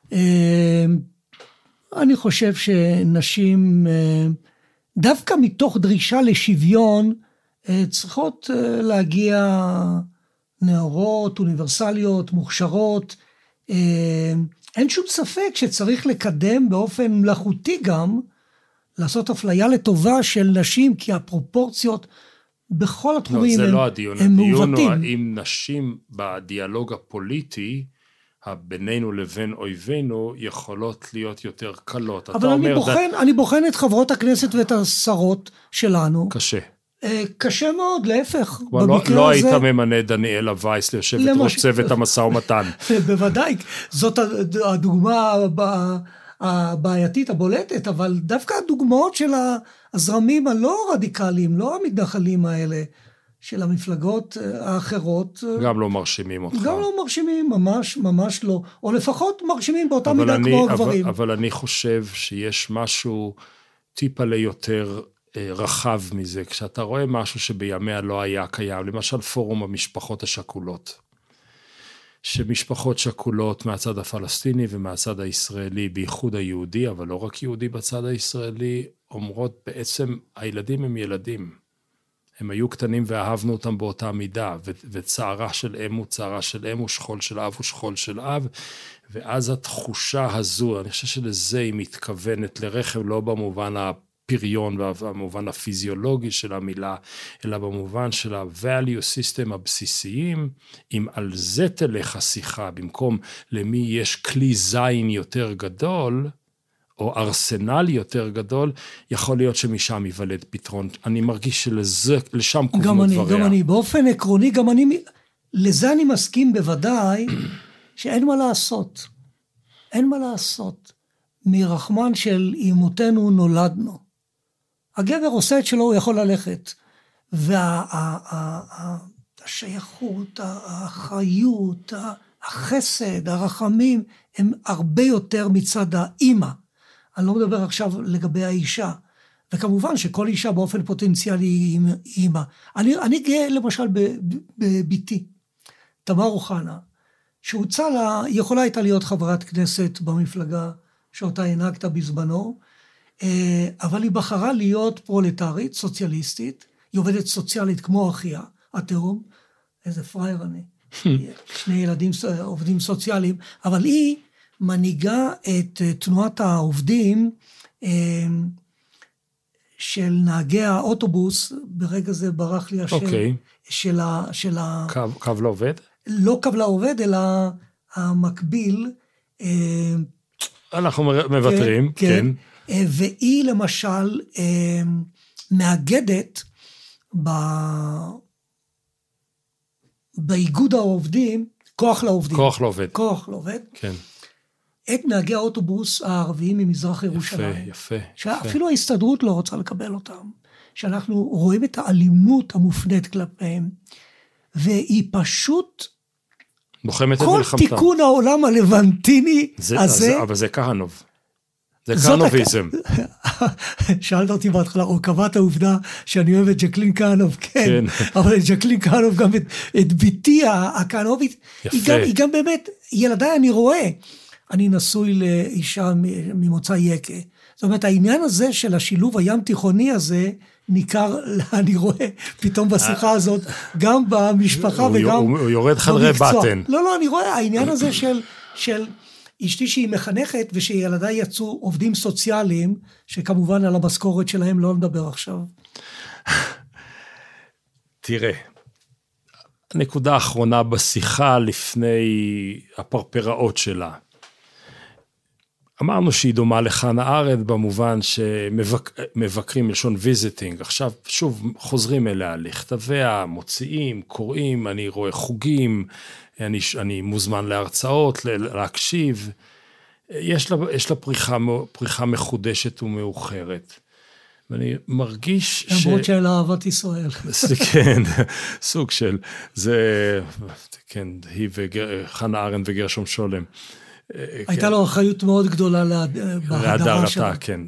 אני חושב שנשים, דווקא מתוך דרישה לשוויון, צריכות להגיע נאורות, אוניברסליות, מוכשרות, אין שום ספק שצריך לקדם באופן מלאכותי גם, לעשות אפליה לטובה של נשים, כי הפרופורציות בכל התחומים הם מעוותים. הדיון הוא האם נשים בדיאלוג הפוליטי, בינינו לבין אויבינו, יכולות להיות יותר קלות. אבל אני בוחן את חברות הכנסת ואת השרות שלנו. קשה. קשה מאוד, להפך. לא היית ממנה דניאלה וייס ליושבת ראש צוות המשא ומתן. בוודאי, זאת הדוגמה הבעייתית, הבולטת, אבל דווקא הדוגמאות של הזרמים הלא רדיקליים, לא המתנחלים האלה, של המפלגות האחרות. גם לא מרשימים אותך. גם לא מרשימים, ממש לא. או לפחות מרשימים באותה מידה כמו הגברים. אבל אני חושב שיש משהו טיפה ליותר רחב מזה, כשאתה רואה משהו שבימיה לא היה קיים, למשל פורום המשפחות השכולות, שמשפחות שכולות מהצד הפלסטיני ומהצד הישראלי, בייחוד היהודי, אבל לא רק יהודי בצד הישראלי, אומרות בעצם הילדים הם ילדים, הם היו קטנים ואהבנו אותם באותה מידה, וצערה של אם הוא צערה של אם, ושכול של אב הוא שכול של אב, ואז התחושה הזו, אני חושב שלזה היא מתכוונת לרחם, לא במובן הפריון והמובן הפיזיולוגי של המילה, אלא במובן של ה-value system הבסיסיים, אם על זה תלך השיחה, במקום למי יש כלי זין יותר גדול, או ארסנל יותר גדול, יכול להיות שמשם ייוולד פתרון. אני מרגיש שלשם כוונו דבריה. גם אני, באופן עקרוני, לזה אני מסכים בוודאי, שאין מה לעשות. אין מה לעשות. מרחמן של אימותינו נולדנו. הגבר עושה את שלו, הוא יכול ללכת. והשייכות, האחריות, החסד, הרחמים, הם הרבה יותר מצד האמא. אני לא מדבר עכשיו לגבי האישה. וכמובן שכל אישה באופן פוטנציאלי היא אימא. אני גאה למשל בביתי, תמר אוחנה, שהוצא לה, יכולה הייתה להיות חברת כנסת במפלגה שאותה הנהגת בזמנו, אבל היא בחרה להיות פרולטרית, סוציאליסטית, היא עובדת סוציאלית כמו אחיה, התאום, איזה פרייר אני, שני ילדים עובדים סוציאליים, אבל היא מנהיגה את תנועת העובדים של נהגי האוטובוס, ברגע זה ברח לי השם, של קו לעובד? לא קו לעובד, אלא המקביל. אנחנו מבטרים, כן. והיא למשל מאגדת באיגוד העובדים, כוח לעובדים. כוח לעובד. כן. את נהגי האוטובוס הערביים ממזרח ירושלים. יפה. שאפילו ההסתדרות לא רוצה לקבל אותם. שאנחנו רואים את האלימות המופנית כלפיהם, והיא פשוט לוחמת את כל מלחמתה. תיקון העולם הלבנטיני הזה. אבל זה כהנוב. זה כהנוביזם. שאלת אותי בהתחלה, או קבעת העובדה שאני אוהב את ג'קלין כהנוב, כן. אבל את ג'קלין כהנוב, גם את ביתי הכהנובית, היא גם באמת, ילדיי אני רואה, אני נשוי לאישה ממוצא יקה. זאת אומרת, העניין הזה של השילוב הים תיכוני הזה, ניכר, אני רואה פתאום בשיחה הזאת, גם במשפחה וגם הוא יורד חדרי בטן. לא, אני רואה, העניין הזה של אשתי שהיא מחנכת, ושילדיי יצאו עובדים סוציאליים, שכמובן על המשכורת שלהם לא נדבר עכשיו. תראה, הנקודה האחרונה בשיחה לפני הפרפראות שלה. אמרנו שהיא דומה לחנה ארנדט במובן שמבקרים מלשון ויזיטינג, עכשיו שוב חוזרים אליה, לכתביה, מוציאים, קוראים, אני רואה חוגים, אני מוזמן להרצאות, להקשיב, יש לה פריחה מחודשת ומאוחרת, ואני מרגיש למרות של אהבת ישראל. כן, סוג של, זה, כן, היא חנה ארנדט וגרשום שולם, הייתה לו אחריות מאוד גדולה בהדרה שלה. כן.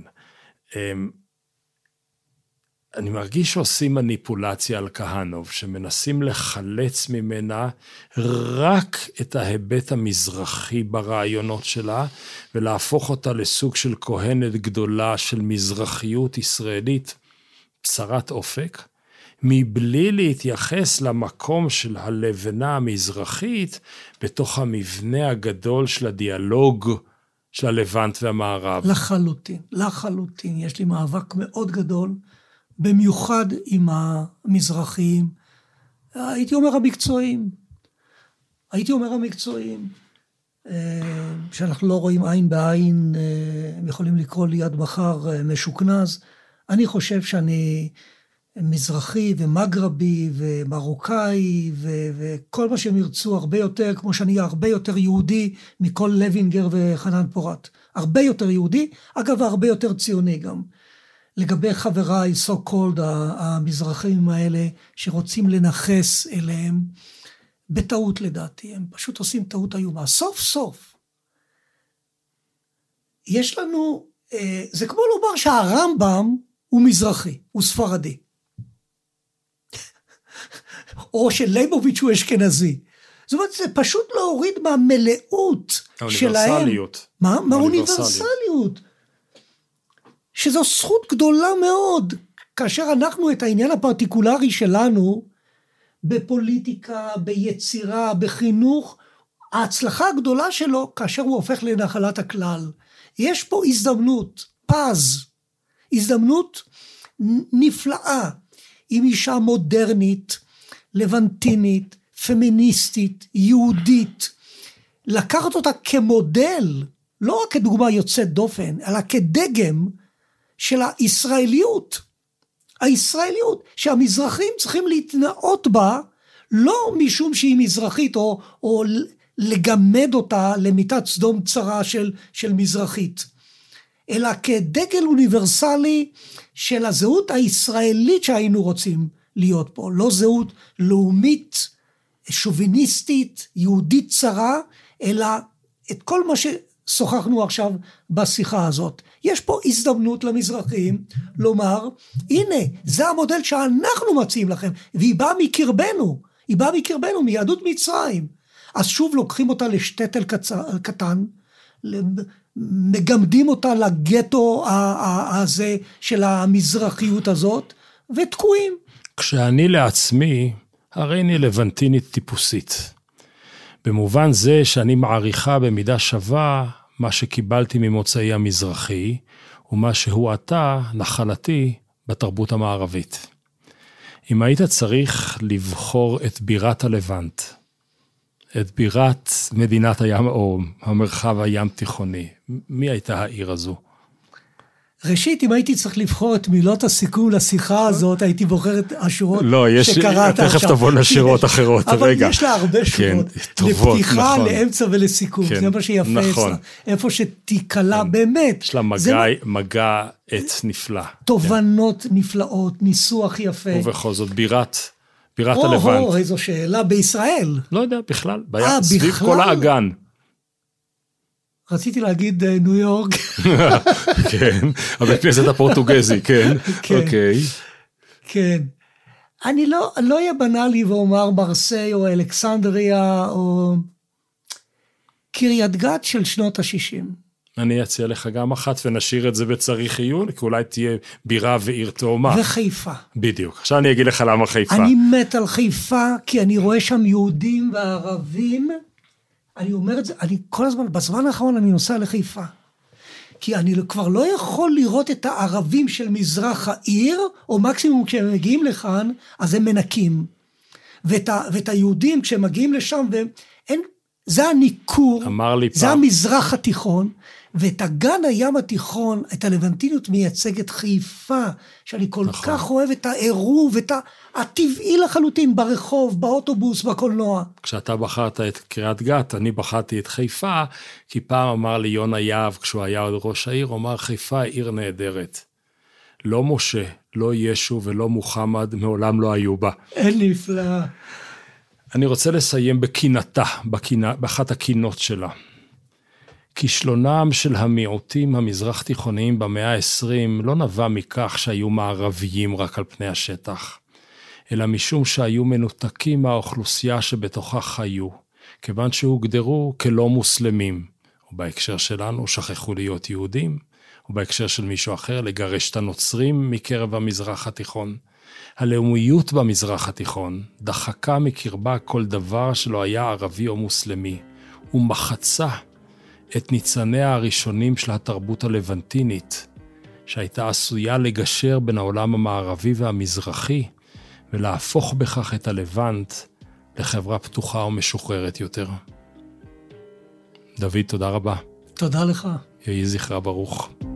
אני מרגיש שעושים מניפולציה על כהנוב, שמנסים לחלץ ממנה רק את ההיבט המזרחי ברעיונות שלה, ולהפוך אותה לסוג של כהנת גדולה של מזרחיות ישראלית, בשרת אופק, מבלי להתייחס למקום של הלבנה המזרחית, בתוך המבנה הגדול של הדיאלוג של הלבנט והמערב. לחלוטין. יש לי מאבק מאוד גדול, במיוחד עם המזרחים, הייתי אומר המקצועיים, שאנחנו לא רואים עין בעין, הם יכולים לקרוא לי עד מחר משוכנז. אני חושב שאני מזרחי ומגרבי ומרוקאי וכל מה שהם ירצו הרבה יותר, כמו שאני הרבה יותר יהודי מכל לוינגר וחנן פורת. הרבה יותר יהודי, אגב הרבה יותר ציוני גם. לגבי חבריי, so called, המזרחים האלה שרוצים לנחס אליהם, בטעות לדעתי, הם פשוט עושים טעות איומה. סוף סוף, יש לנו, זה כמו לומר שהרמב"ם הוא מזרחי, הוא ספרדי. או שלייבוביץ' הוא אשכנזי. זאת אומרת, זה פשוט להוריד מהמלאות שלהם. האוניברסליות. מה? מהאוניברסליות. שזו זכות גדולה מאוד, כאשר אנחנו את העניין הפרטיקולרי שלנו, בפוליטיקה, ביצירה, בחינוך, ההצלחה הגדולה שלו, כאשר הוא הופך לנחלת הכלל. יש פה הזדמנות, פז, הזדמנות נפלאה, עם אישה מודרנית, לבנטינית, פמיניסטית, יהודית, לקחת אותה כמודל, לא רק כדוגמה יוצאת דופן, אלא כדגם של הישראליות. הישראליות שהמזרחים צריכים להתנאות בה, לא משום שהיא מזרחית, או לגמד אותה למיטת סדום צרה של מזרחית, אלא כדגל אוניברסלי של הזהות הישראלית שהיינו רוצים להיות פה, לא זהות לאומית, שוביניסטית, יהודית צרה, אלא את כל מה ששוחחנו עכשיו בשיחה הזאת. יש פה הזדמנות למזרחים לומר, הנה, זה המודל שאנחנו מציעים לכם, והיא באה מקרבנו, היא באה מקרבנו, מיהדות מצרים. אז שוב לוקחים אותה לשטטל קטן, מגמדים אותה לגטו הזה של המזרחיות הזאת, ותקועים. כשאני לעצמי, הרי אני לבנטינית טיפוסית. במובן זה שאני מעריכה במידה שווה מה שקיבלתי ממוצאי המזרחי, ומה שהוא עתה נחלתי בתרבות המערבית. אם היית צריך לבחור את בירת הלבנט, את בירת מדינת הים או המרחב הים תיכוני, מי הייתה העיר הזו? ראשית, אם הייתי צריך לבחור את מילות הסיכום לשיחה הזאת, הייתי בוחר את השורות שקראת עכשיו. תכף תבוא לשירות אחרות, אבל רגע. יש לה הרבה שורות, טובות, לפתיחה, נכון. לאמצע ולסיכום, זה מה שיפה נכון. אצלה, איפה שתיקלה באמת. יש לה מגע עת נפלא. תובנות נפלאות, ניסוח יפה. ובכל זאת, בירת הלבנט. איזו שאלה בישראל. לא יודע, בכלל, סביב כל האגן. רציתי להגיד ניו יורק. כן, הבית כנסת הפורטוגזי, כן. אוקיי. כן. אני לא אהיה בנאלי ואומר מרסיי או אלכסנדריה או קריית גת של שנות ה-60. אני אציע לך גם אחת ונשאיר את זה בצריך עיון, כי אולי תהיה בירה ועיר תאומה. וחיפה. בדיוק. עכשיו אני אגיד לך למה חיפה. אני מת על חיפה, כי אני רואה שם יהודים וערבים. אני אומר את זה, כל הזמן, בזמן האחרון אני נוסע לחיפה. כי אני כבר לא יכול לראות את הערבים של מזרח העיר, או מקסימום כשהם מגיעים לכאן, אז הם מנקים. ואת היהודים כשהם מגיעים לשם, זה הניקור, זה המזרח התיכון, ואת אגן הים התיכון, את הלבנטיניות מייצגת חיפה, שאני כל כך אוהב את העירוב, את הטבעי לחלוטין, ברחוב, באוטובוס, בקולנוע. כשאתה בחרת את קריית גת, אני בחרתי את חיפה, כי פעם אמר לי יונה יהב, כשהוא היה עוד ראש העיר, הוא אמר חיפה עיר נהדרת. לא משה, לא ישו ולא מוחמד, מעולם לא היו בה. אין נפלא. אני רוצה לסיים בקינתה, באחת הקינות שלה. כישלונם של המיעוטים המזרח תיכוניים במאה ה-20 לא נבע מכך שהיו מערביים רק על פני השטח, אלא משום שהיו מנותקים מהאוכלוסייה שבתוכה חיו, כיוון שהוגדרו כלא מוסלמים, ובהקשר שלנו שכחו להיות יהודים, ובהקשר של מישהו אחר לגרש את הנוצרים מקרב המזרח התיכון. הלאומיות במזרח התיכון דחקה מקרבה כל דבר שלא היה ערבי או מוסלמי, ומחצה את ניצניה הראשונים של התרבות הלבנטינית, שהייתה עשויה לגשר בין העולם המערבי והמזרחי, ולהפוך בכך את הלבנט לחברה פתוחה ומשוחררת יותר. דוד, תודה רבה. תודה לך. יהי זכרה ברוך.